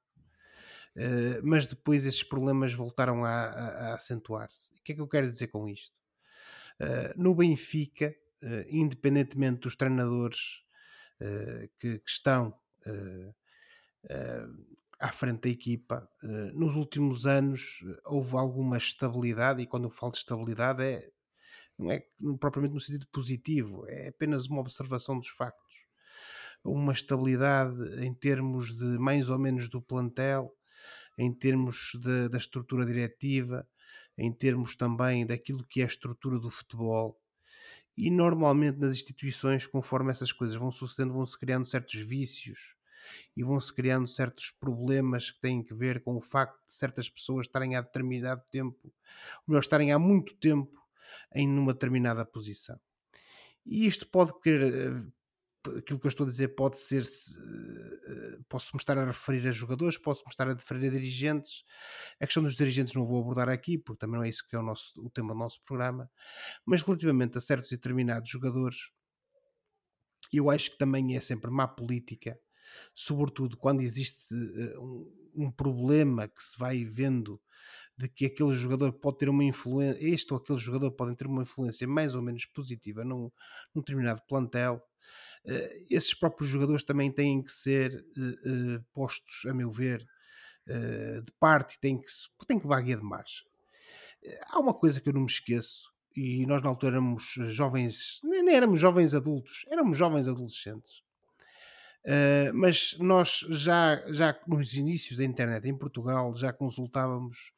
mas depois esses problemas voltaram a acentuar-se. O que é que eu quero dizer com isto? No Benfica, independentemente dos treinadores que estão à frente da equipa. Nos últimos anos houve alguma estabilidade, e quando eu falo de estabilidade não é propriamente no sentido positivo, é apenas uma observação dos factos. Uma estabilidade em termos de mais ou menos do plantel, em termos da estrutura diretiva, em termos também daquilo que é a estrutura do futebol. E normalmente nas instituições, conforme essas coisas vão sucedendo, vão-se criando certos vícios e vão-se criando certos problemas que têm que ver com o facto de certas pessoas estarem há determinado tempo, ou melhor, estarem há muito tempo em numa determinada posição. E isto pode querer, aquilo que eu estou a dizer pode ser, posso-me estar a referir a jogadores, posso-me estar a referir a dirigentes. A questão dos dirigentes não vou abordar aqui, porque também não é isso que é o tema do nosso programa, mas relativamente a certos e determinados jogadores, eu acho que também é sempre má política, sobretudo quando existe um problema que se vai vendo de que aquele jogador pode ter uma influência, este ou aquele jogador podem ter uma influência mais ou menos positiva num determinado plantel. Esses próprios jogadores também têm que ser postos, a meu ver, de parte, e têm que levar guia de marcha. Há uma coisa que eu não me esqueço, e nós na altura éramos jovens, nem éramos jovens adultos, éramos jovens adolescentes. Mas nós já nos inícios da internet em Portugal já consultávamos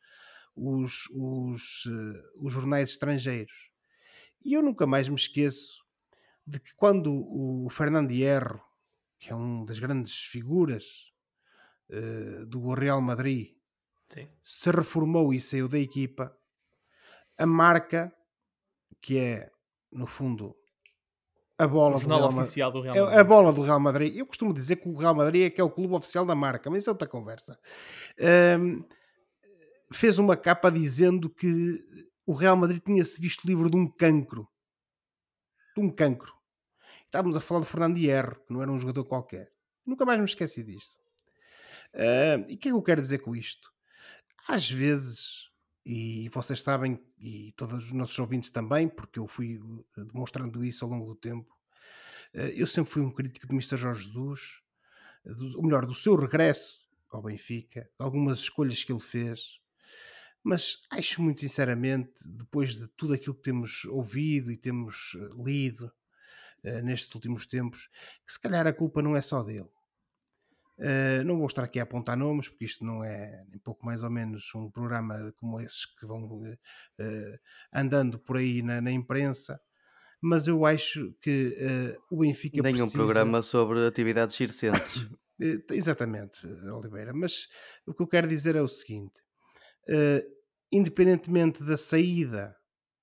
os jornais estrangeiros. E eu nunca mais me esqueço de que quando o Fernando Hierro, que é uma das grandes figuras do Real Madrid, Sim. se reformou e saiu da equipa, a Marca, que é no fundo a O bola do jornal Real Madrid, oficial do Real a Madrid. bola do Real Madrid. Eu costumo dizer que o Real Madrid é que é o clube oficial da Marca, mas isso é outra conversa. Ahm, Fez uma capa dizendo que o Real Madrid tinha-se visto livre de um cancro. De um cancro. Estávamos a falar de Fernando Hierro, que não era um jogador qualquer. Nunca mais me esqueci disto. E o que é que eu quero dizer com isto? Às vezes, e vocês sabem, e todos os nossos ouvintes também, porque eu fui demonstrando isso ao longo do tempo, eu sempre fui um crítico de Mister Jorge Jesus, ou melhor, do seu regresso ao Benfica, de algumas escolhas que ele fez, mas acho muito sinceramente, depois de tudo aquilo que temos ouvido e temos lido nestes últimos tempos, que se calhar a culpa não é só dele. Não vou estar aqui a apontar nomes, porque isto não é nem pouco mais ou menos um programa como esses que vão andando por aí na imprensa, mas eu acho que o Benfica Nenhum precisa. programa sobre atividades circenses. Exatamente, Oliveira, mas o que eu quero dizer é o seguinte: independentemente da saída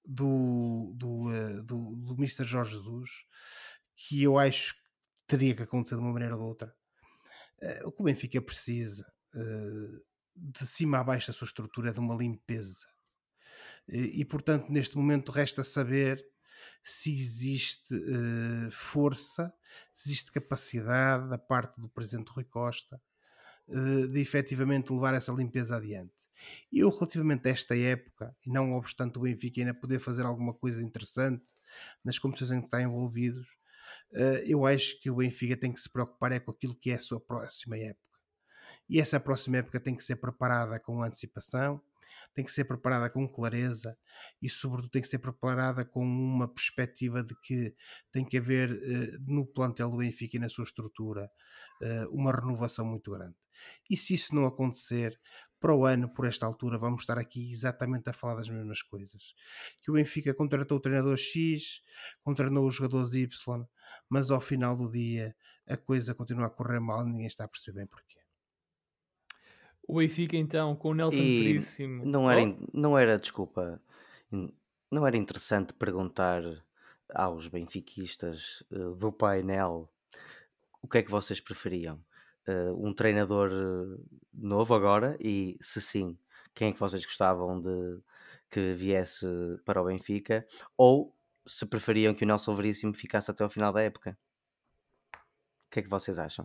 do Mister Jorge Jesus, que eu acho que teria que acontecer de uma maneira ou de outra, o que o Benfica precisa, de cima a baixo da sua estrutura, é de uma limpeza. E portanto, neste momento, resta saber se existe força, se existe capacidade da parte do Presidente Rui Costa de efetivamente levar essa limpeza adiante. E eu, relativamente a esta época, e não obstante o Benfica ainda poder fazer alguma coisa interessante nas competições em que está envolvidos, eu acho que o Benfica tem que se preocupar é com aquilo que é a sua próxima época. E essa próxima época tem que ser preparada com antecipação, tem que ser preparada com clareza e, sobretudo, tem que ser preparada com uma perspectiva de que tem que haver no plantel do Benfica e na sua estrutura uma renovação muito grande. E se isso não acontecer, para o ano, por esta altura, vamos estar aqui exatamente a falar das mesmas coisas. Que o Benfica contratou o treinador X, contratou os jogadores Y, mas ao final do dia a coisa continua a correr mal e ninguém está a perceber bem porquê. O Benfica, então, com o Nelson E Veríssimo. não era, não era, desculpa, não era interessante perguntar aos benfiquistas do painel o que é que vocês preferiam? Um treinador novo agora? E se sim, quem é que vocês gostavam de que viesse para o Benfica? Ou se preferiam que o Nelson Veríssimo ficasse até ao final da época? O que é que vocês acham?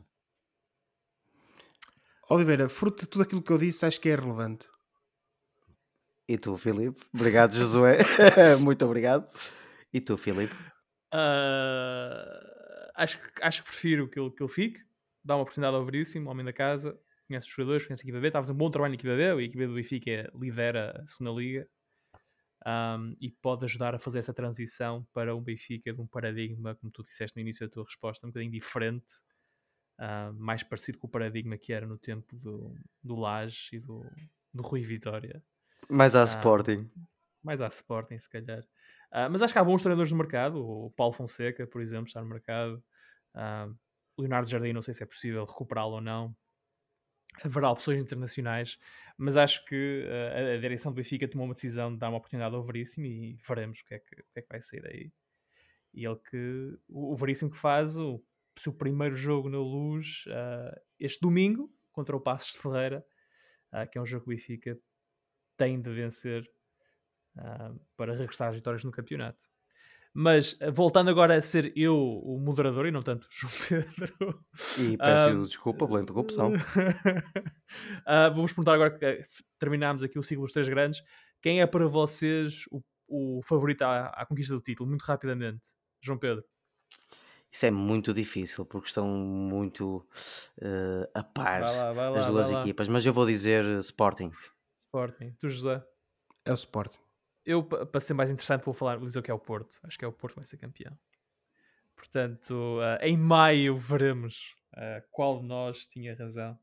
Oliveira, fruto de tudo aquilo que eu disse, acho que é relevante. E tu, Filipe? Obrigado, Josué. Muito obrigado. E tu, Filipe? Acho que prefiro que ele fique. dá uma oportunidade ao Veríssimo, homem da casa, conhece os jogadores, conhece a equipa B, está a fazer um bom trabalho na equipa B, a equipa do Benfica lidera a segunda liga, e pode ajudar a fazer essa transição para um Benfica de um paradigma, como tu disseste no início da tua resposta, um bocadinho diferente, mais parecido com o paradigma que era no tempo do Lage e do Rui Vitória. Mais à Ah, Sporting. mais à Sporting, se calhar. Mas acho que há bons treinadores no mercado. O Paulo Fonseca, por exemplo, está no mercado. O Leonardo Jardim, não sei se é possível recuperá-lo ou não. Haverá opções internacionais, mas acho que a direção do Benfica tomou uma decisão de dar uma oportunidade ao Veríssimo e veremos o que é que vai sair daí. E ele que, o Veríssimo que faz o seu primeiro jogo na Luz este domingo contra o Passos de Ferreira, que é um jogo que o Benfica tem de vencer para regressar às vitórias no campeonato. Mas voltando agora a ser eu o moderador e não tanto o João Pedro. E peço desculpa pela interrupção. Vamos perguntar agora que terminámos aqui o ciclo dos três grandes. Quem é para vocês o favorito à conquista do título? Muito rapidamente. João Pedro. Isso é muito difícil porque estão muito a par Vai as lá, duas vai lá. equipas, mas eu vou dizer Sporting. Sporting. Tu, José? É o Sporting. Eu, para ser mais interessante, vou dizer o que é o Porto. Acho que é o Porto que vai ser campeão. Portanto, em maio veremos qual de nós tinha razão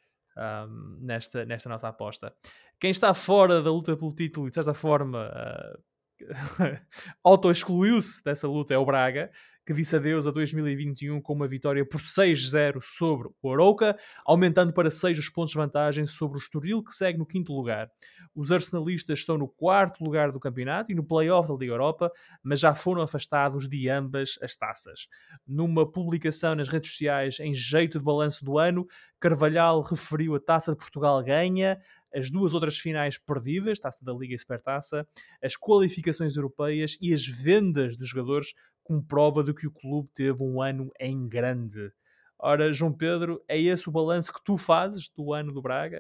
nesta nossa aposta. Quem está fora da luta pelo título e de certa forma auto-excluiu-se dessa luta é o Braga, que disse adeus a 2021 com uma vitória por 6-0 sobre o Arouca, aumentando para 6 os pontos de vantagem sobre o Estoril, que segue no quinto lugar. Os arsenalistas estão no quarto lugar do campeonato e no play-off da Liga Europa, mas já foram afastados de ambas as taças. Numa publicação nas redes sociais em jeito de balanço do ano, Carvalhal referiu a Taça de Portugal ganha, as duas outras finais perdidas, Taça da Liga e Supertaça, as qualificações europeias e as vendas de jogadores como prova de que o clube teve um ano em grande. Ora, João Pedro, é esse o balanço que tu fazes do ano do Braga?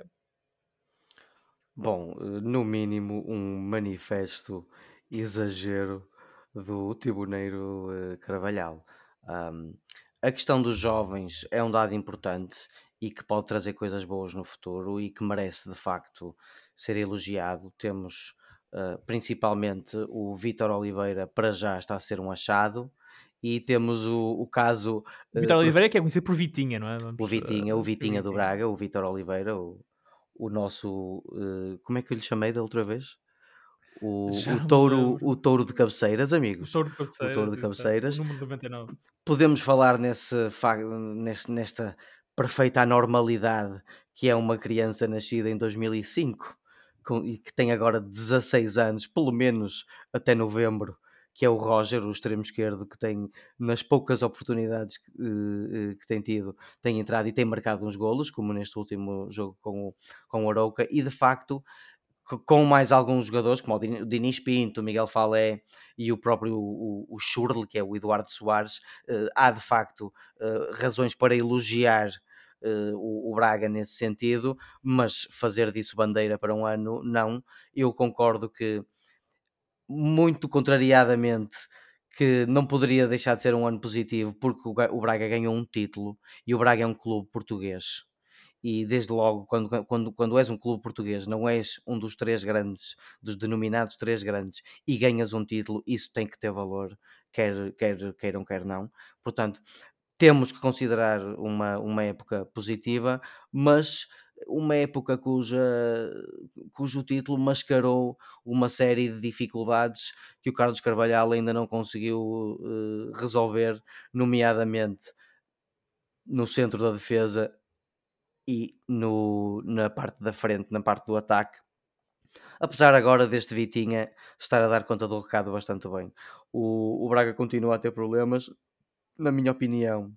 Bom, no mínimo um manifesto exagero do Tiboneiro Carvalhal. A questão dos jovens é um dado importante e que pode trazer coisas boas no futuro e que merece de facto ser elogiado. Temos principalmente o Vítor Oliveira, para já está a ser um achado, e temos o caso Vitor Oliveira que é conhecido por Vitinha, não é? o Vitinha do Braga, o Vítor Oliveira, o nosso, como é que eu lhe chamei da outra vez? Já não me lembro. O touro de cabeceiras, O amigos. touro de O touro cabeceiras, de exato. O cabeceiras. número 99. Podemos falar nesta perfeita anormalidade que é uma criança nascida em 2005 e que tem agora 16 anos, pelo menos até novembro, que é o Roger, o extremo esquerdo, que tem, nas poucas oportunidades que tem tido, tem entrado e tem marcado uns golos, como neste último jogo com o Arouca, e de facto com mais alguns jogadores, como o Dinis Pinto, o Miguel Falé e o próprio o Schurrle, que é o Eduardo Soares, há de facto razões para elogiar o Braga nesse sentido, mas fazer disso bandeira para um ano, não. Eu concordo que, muito contrariadamente, que não poderia deixar de ser um ano positivo, porque o Braga ganhou um título e o Braga é um clube português. E desde logo, quando és um clube português, não és um dos três grandes, dos denominados três grandes, e ganhas um título, isso tem que ter valor, quer queiram, quer não. Portanto, temos que considerar uma época positiva, mas uma época cujo título mascarou uma série de dificuldades que o Carlos Carvalhal ainda não conseguiu resolver, nomeadamente no centro da defesa e na parte da frente, na parte do ataque. Apesar agora deste Vitinha estar a dar conta do recado bastante bem. O Braga continua a ter problemas, na minha opinião.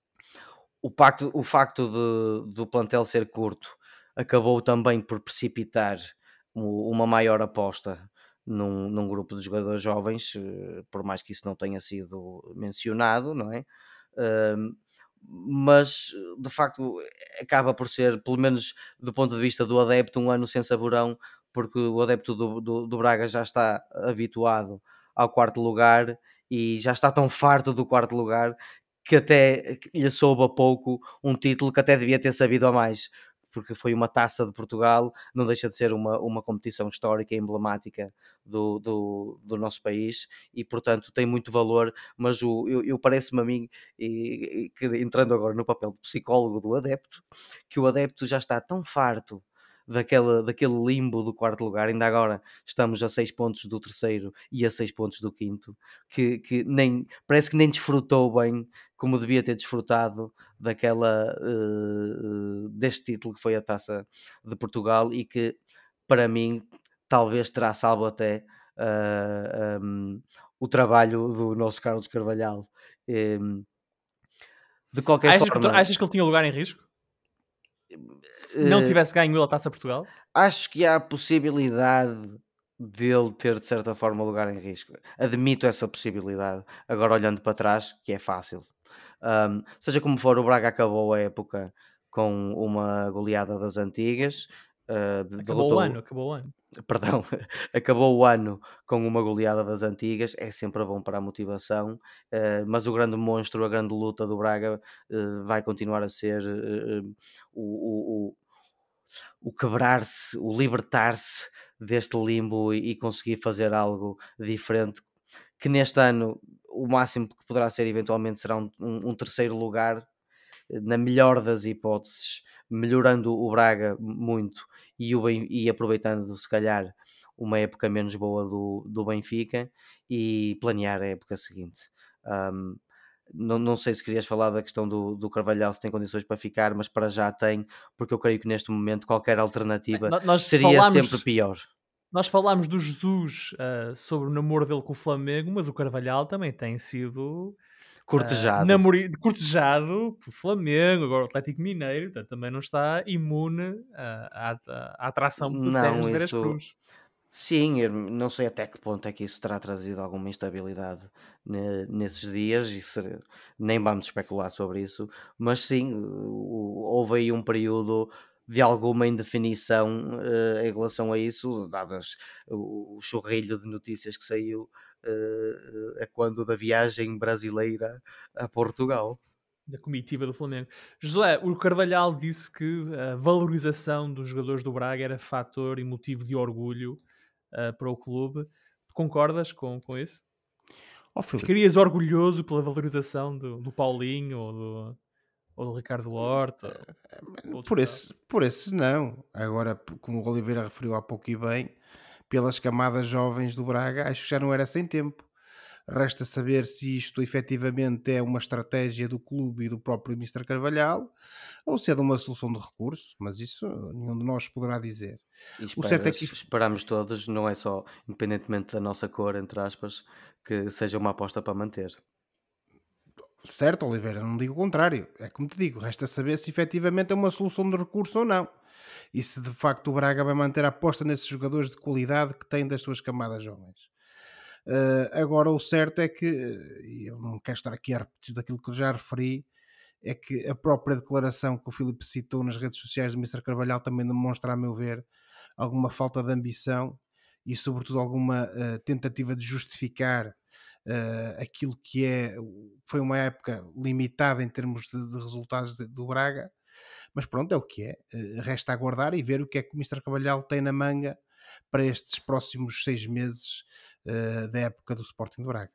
O facto do plantel ser curto acabou também por precipitar uma maior aposta num grupo de jogadores jovens, por mais que isso não tenha sido mencionado, não é? Mas de facto acaba por ser, pelo menos do ponto de vista do adepto, um ano sem saborão, porque o adepto do Braga já está habituado ao quarto lugar e já está tão farto do quarto lugar que até lhe soube a pouco um título que até devia ter sabido a mais, porque foi uma Taça de Portugal, não deixa de ser uma competição histórica e emblemática do nosso país e, portanto, tem muito valor, mas eu parece-me a mim, que entrando agora no papel de psicólogo do adepto, que o adepto já está tão farto daquele limbo do quarto lugar, ainda agora estamos a 6 pontos do terceiro e a 6 pontos do quinto, que nem, parece que nem desfrutou bem como devia ter desfrutado deste título que foi a Taça de Portugal e que para mim talvez terá salvo até o trabalho do nosso Carlos Carvalhal. De qualquer forma, Achas que ele tinha lugar em risco? Se não eh, tivesse ganho ele a Taça Portugal? acho que há a possibilidade dele ter de certa forma lugar em risco. Admito essa possibilidade. Agora olhando para trás, que é fácil. Seja como for, o Braga acabou a época com uma goleada das antigas, derrotou, Acabou o ano. perdão, acabou o ano com uma goleada das antigas, é sempre bom para a motivação, mas o grande monstro, a grande luta do Braga vai continuar a ser o, o quebrar-se, o libertar-se deste limbo e conseguir fazer algo diferente, que neste ano o máximo que poderá ser eventualmente será um terceiro lugar, na melhor das hipóteses, melhorando o Braga muito e aproveitando se calhar uma época menos boa do Benfica e planear a época seguinte. Um, não sei se querias falar da questão do Carvalhal, se tem condições para ficar, mas para já tem, porque eu creio que neste momento qualquer Bem, alternativa seria sempre pior. nós falámos do Jesus sobre o namoro dele com o Flamengo, mas o Carvalhal também tem sido Cortejado. cortejado pelo Flamengo, agora o Atlético Mineiro, portanto, também não está imune à atração de terras Não, de Veras isso. Cruz. Sim, eu não sei até que ponto é que isso terá trazido alguma instabilidade nesses dias, e nem vamos especular sobre isso, mas sim, houve aí um período de alguma indefinição em relação a isso, dadas o chorrilho de notícias que saiu a quando da viagem brasileira a Portugal. Da comitiva do Flamengo. Josué, o Carvalhal disse que a valorização dos jogadores do Braga era fator e motivo de orgulho para o clube. Concordas com isso? Ó Filipe, Ficarias orgulhoso pela valorização do Paulinho ou do Ricardo Horta ou outros casos? por esse não. Agora, como o Oliveira referiu há pouco e bem, pelas camadas jovens do Braga, acho que já não era sem tempo. Resta saber se isto efetivamente é uma estratégia do clube e do próprio Mister Carvalhal ou se é de uma solução de recurso, mas isso nenhum de nós poderá dizer. E O certo é que, esperamos todos, não é só independentemente da nossa cor, entre aspas, que seja uma aposta para manter. certo, Oliveira, não digo o contrário. É como te digo, resta saber se efetivamente é uma solução de recurso ou não. E se de facto o Braga vai manter a aposta nesses jogadores de qualidade que tem das suas camadas jovens. Agora, o certo é que, e eu não quero estar aqui a repetir daquilo que eu já referi, é que a própria declaração que o Filipe citou nas redes sociais do Mister Carvalhal também demonstra, a meu ver, alguma falta de ambição e, sobretudo, alguma tentativa de justificar aquilo que foi uma época limitada em termos de resultados do Braga, mas pronto, é o que é. Resta aguardar e ver o que é que o Mister Carvalhal tem na manga para estes próximos 6 meses da época do Sporting do Braga.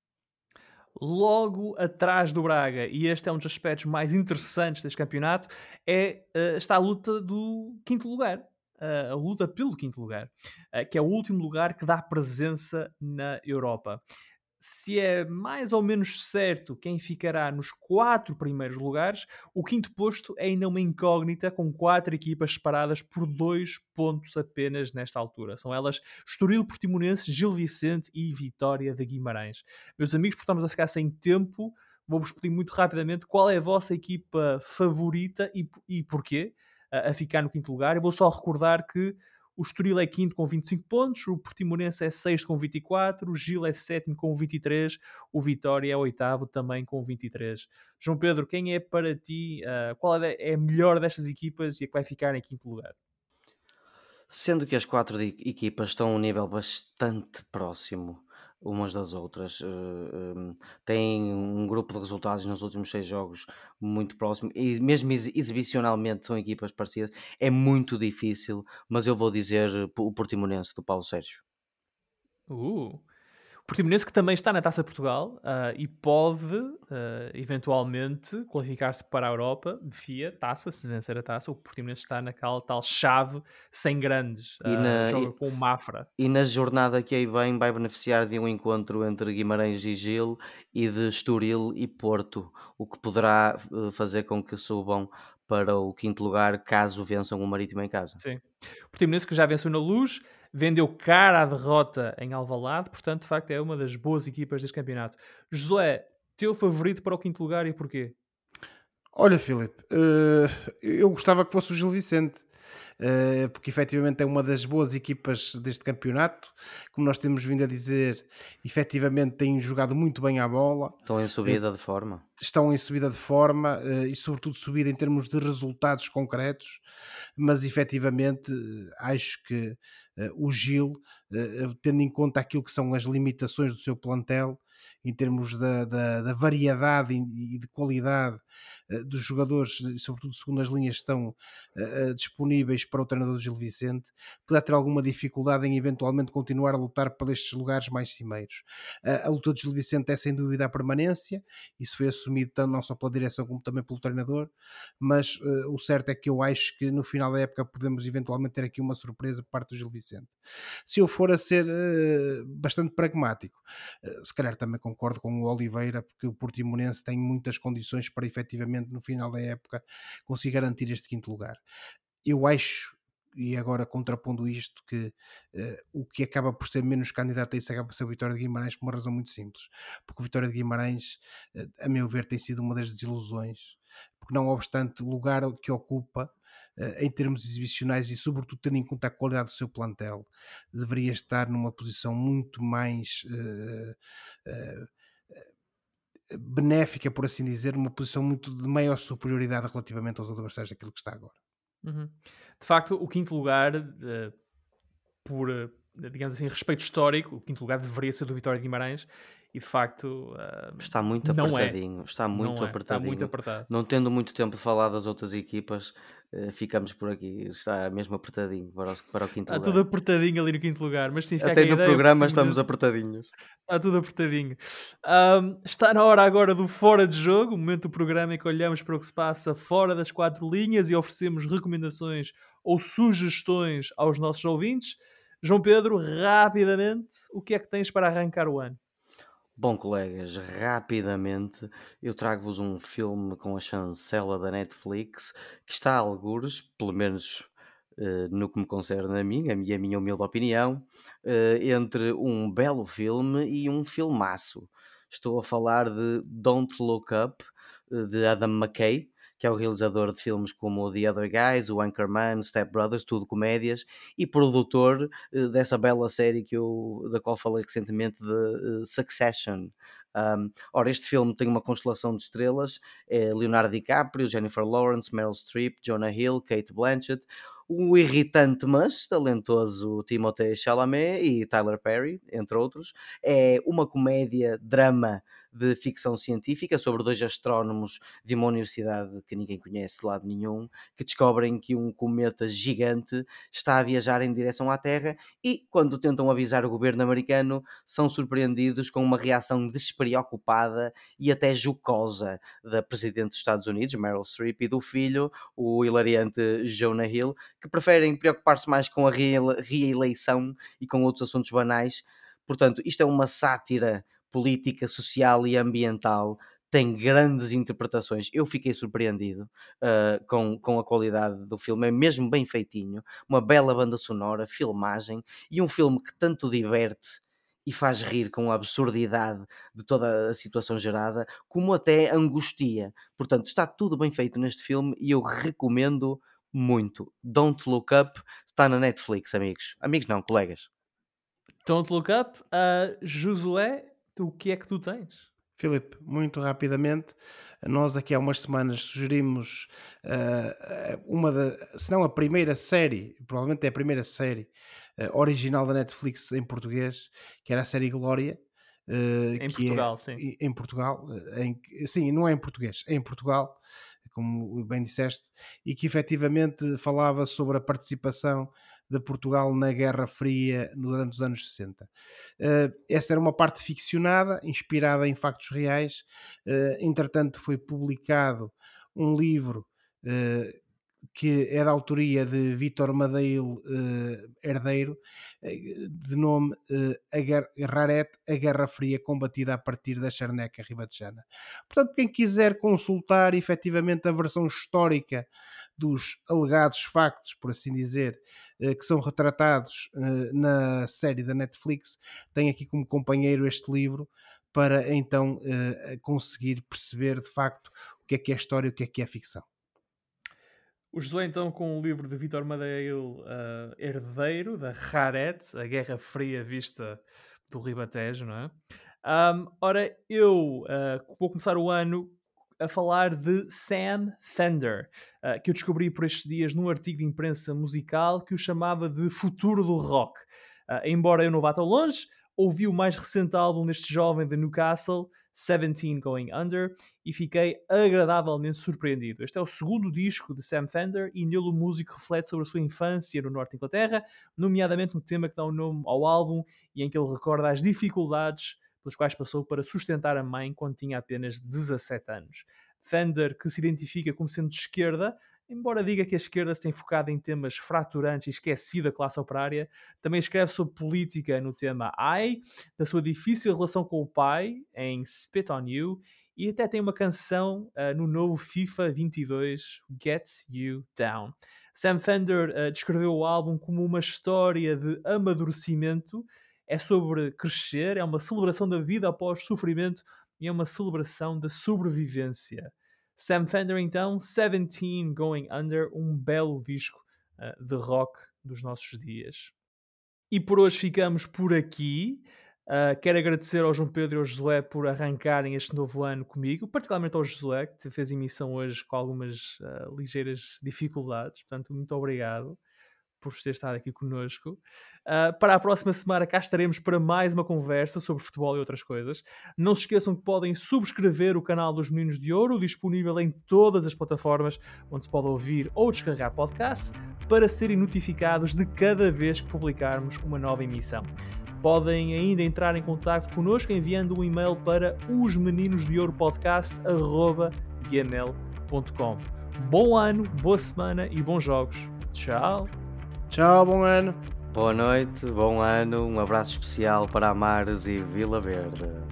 Logo atrás do Braga, e este é um dos aspectos mais interessantes deste campeonato, está a luta do quinto lugar. A luta pelo quinto lugar, que é o último lugar que dá presença na Europa. Se é mais ou menos certo quem ficará nos 4 primeiros lugares, o quinto posto é ainda uma incógnita, com 4 equipas separadas por 2 pontos apenas nesta altura. São elas Estoril Portimonense, Gil Vicente e Vitória de Guimarães. Meus amigos, porque estamos a ficar sem tempo, vou-vos pedir muito rapidamente qual é a vossa equipa favorita e porquê a ficar no quinto lugar. Eu vou só recordar que o Estoril é quinto com 25 pontos, o Portimonense é sexto com 24, o Gil é sétimo com 23, o Vitória é oitavo também com 23. João Pedro, quem é para ti, qual é a melhor destas equipas e a que vai ficar em quinto lugar? Sendo que as quatro equipas estão a um nível bastante próximo, umas das outras. Têm um grupo de resultados nos últimos 6 jogos muito próximo e mesmo exibicionalmente são equipas parecidas. É muito difícil, mas eu vou dizer o Portimonense do Paulo Sérgio. Uh. Portimonense que também está na Taça Portugal e pode eventualmente qualificar-se para a Europa via taça, se vencer a taça. O Portimonense está naquela tal chave sem grandes, E na, joga e, com o Mafra. e na jornada que aí vem vai beneficiar de um encontro entre Guimarães e Gil e de Estoril e Porto, o que poderá fazer com que subam para o quinto lugar caso vençam o Marítimo em casa. Sim. O Portimonense que já venceu na Luz, vendeu cara à derrota em Alvalade, portanto, de facto, é uma das boas equipas deste campeonato. Josué, teu favorito para o quinto lugar e porquê? Olha, Filipe, eu gostava que fosse o Gil Vicente, porque efetivamente é uma das boas equipas deste campeonato. Como nós temos vindo a dizer, efetivamente têm jogado muito bem à bola, Estão em eh, subida de forma. estão em subida de forma e, sobretudo, subida em termos de resultados concretos. Mas efetivamente acho que o Gil, tendo em conta aquilo que são as limitações do seu plantel, em termos da variedade e de qualidade dos jogadores, e sobretudo segundo as linhas que estão disponíveis para o treinador do Gil Vicente, poderá ter alguma dificuldade em eventualmente continuar a lutar por estes lugares mais cimeiros. A luta do Gil Vicente é sem dúvida a permanência, isso foi assumido tanto não só pela direção como também pelo treinador, mas o certo é que eu acho que no final da época podemos eventualmente ter aqui uma surpresa por parte do Gil Vicente. Se eu for a ser bastante pragmático, se calhar também concordo com o Oliveira, porque o Portimonense tem muitas condições para efetivamente no final da época conseguir garantir este quinto lugar. Eu acho, e agora contrapondo isto, que o que acaba por ser menos candidato a isso acaba por ser o Vitória de Guimarães, por uma razão muito simples. Porque o Vitória de Guimarães, a meu ver, tem sido uma das desilusões, porque não obstante o lugar que ocupa, em termos exibicionais e sobretudo tendo em conta a qualidade do seu plantel, deveria estar numa posição muito mais eh, benéfica, por assim dizer, uma posição muito de maior superioridade relativamente aos adversários daquilo que está agora. Uhum. De facto, o quinto lugar, por, digamos assim, respeito histórico, o quinto lugar deveria ser do Vitória de Guimarães e, de facto, Está muito não é. apertadinho, está muito Não é. Está muito apertadinho. apertado. Não tendo muito tempo de falar das outras equipas, ficamos por aqui. Está mesmo apertadinho para o quinto Está lugar. tudo apertadinho ali no quinto lugar, mas sim, fica Até aqui a no ideia, o programa estamos Portimonense apertadinhos. está tudo apertadinho. Está na hora agora do Fora de Jogo, o momento do programa em que olhamos para o que se passa fora das quatro linhas e oferecemos recomendações ou sugestões aos nossos ouvintes. João Pedro, rapidamente, o que é que tens para arrancar o ano? Bom, colegas, rapidamente eu trago-vos um filme com a chancela da Netflix que está a algures, pelo menos no que me concerne a minha humilde opinião, entre um belo filme e um filmaço. Estou a falar de Don't Look Up, de Adam McKay, que é o realizador de filmes como The Other Guys, o Anchorman, Step Brothers, tudo comédias, e produtor dessa bela série da qual falei recentemente, de Succession. Ora, este filme tem uma constelação de estrelas: Leonardo DiCaprio, Jennifer Lawrence, Meryl Streep, Jonah Hill, Kate Blanchett, o irritante mas talentoso Timothée Chalamet e Tyler Perry, entre outros. É uma comédia-drama de ficção científica sobre dois astrónomos de uma universidade que ninguém conhece de lado nenhum, que descobrem que um cometa gigante está a viajar em direção à Terra e, quando tentam avisar o governo americano, são surpreendidos com uma reação despreocupada e até jocosa da Presidente dos Estados Unidos, Meryl Streep, e do filho, o hilariante Jonah Hill, que preferem preocupar-se mais com a reeleição e com outros assuntos banais. Portanto, isto é uma sátira política, social e ambiental, tem grandes interpretações. Eu fiquei surpreendido com a qualidade do filme, é mesmo bem feitinho, uma bela banda sonora, filmagem e um filme que tanto diverte e faz rir com a absurdidade de toda a situação gerada, como até angustia. Portanto, está tudo bem feito neste filme e eu recomendo muito. Don't Look Up está na Netflix, amigos. Amigos não, colegas. Don't Look Up. Josué, o que é que tu tens? Filipe, muito rapidamente, nós aqui há umas semanas sugerimos uma se não a primeira série, provavelmente é a primeira série original da Netflix em português, que era a série Glória. Em que Portugal, sim. em Portugal, sim, não é em português, é em Portugal, como bem disseste, e que efetivamente falava sobre a participação de Portugal na Guerra Fria durante os anos 60. Essa era uma parte ficcionada, inspirada em factos reais. Entretanto, foi publicado um livro eh, que é da autoria de Vítor Madeil Herdeiro, de nome Raret, a Guerra Fria combatida a partir da Charneca Ribatejana. Portanto, quem quiser consultar efetivamente a versão histórica dos alegados factos, por assim dizer, que são retratados na série da Netflix, tem aqui como companheiro este livro para então conseguir perceber de facto o que é história e o que é ficção. O Josué, então, com o livro de Vítor Madeil, Herdeiro, da Raret, a Guerra Fria vista do Ribatejo, não é? Ora, eu vou começar o ano a falar de Sam Fender, que eu descobri por estes dias num artigo de imprensa musical que o chamava de futuro do rock. Embora eu não vá tão longe, ouvi o mais recente álbum deste jovem de Newcastle, 17 Going Under, e fiquei agradavelmente surpreendido. Este é o segundo disco de Sam Fender e nele o músico reflete sobre a sua infância no norte de Inglaterra, nomeadamente um tema que dá o nome ao álbum e em que ele recorda as dificuldades pelas quais passou para sustentar a mãe quando tinha apenas 17 anos. Fender, que se identifica como sendo de esquerda, embora diga que a esquerda se tem focado em temas fraturantes e esquecido a classe operária, também escreve sobre política no tema I, da sua difícil relação com o pai, em Spit on You, e até tem uma canção no novo FIFA 22, Get You Down. Sam Fender descreveu o álbum como uma história de amadurecimento, é sobre crescer, é uma celebração da vida após sofrimento e é uma celebração da sobrevivência. Sam Fender, então, 17 Going Under, um belo disco de rock dos nossos dias. E por hoje ficamos por aqui. Quero agradecer ao João Pedro e ao Josué por arrancarem este novo ano comigo, particularmente ao Josué, que fez emissão hoje com algumas ligeiras dificuldades. Portanto, muito obrigado por ter estado aqui connosco. Para a próxima semana cá estaremos para mais uma conversa sobre futebol e outras coisas. Não se esqueçam que podem subscrever o canal dos Meninos de Ouro, disponível em todas as plataformas onde se pode ouvir ou descarregar podcasts, para serem notificados de cada vez que publicarmos uma nova emissão. Podem ainda entrar em contato connosco enviando um e-mail para osmeninosdeouropodcast@gmail.com. Bom ano, boa semana e bons jogos. Tchau! Tchau, bom ano! Boa noite, bom ano, um abraço especial para Amares e Vila Verde.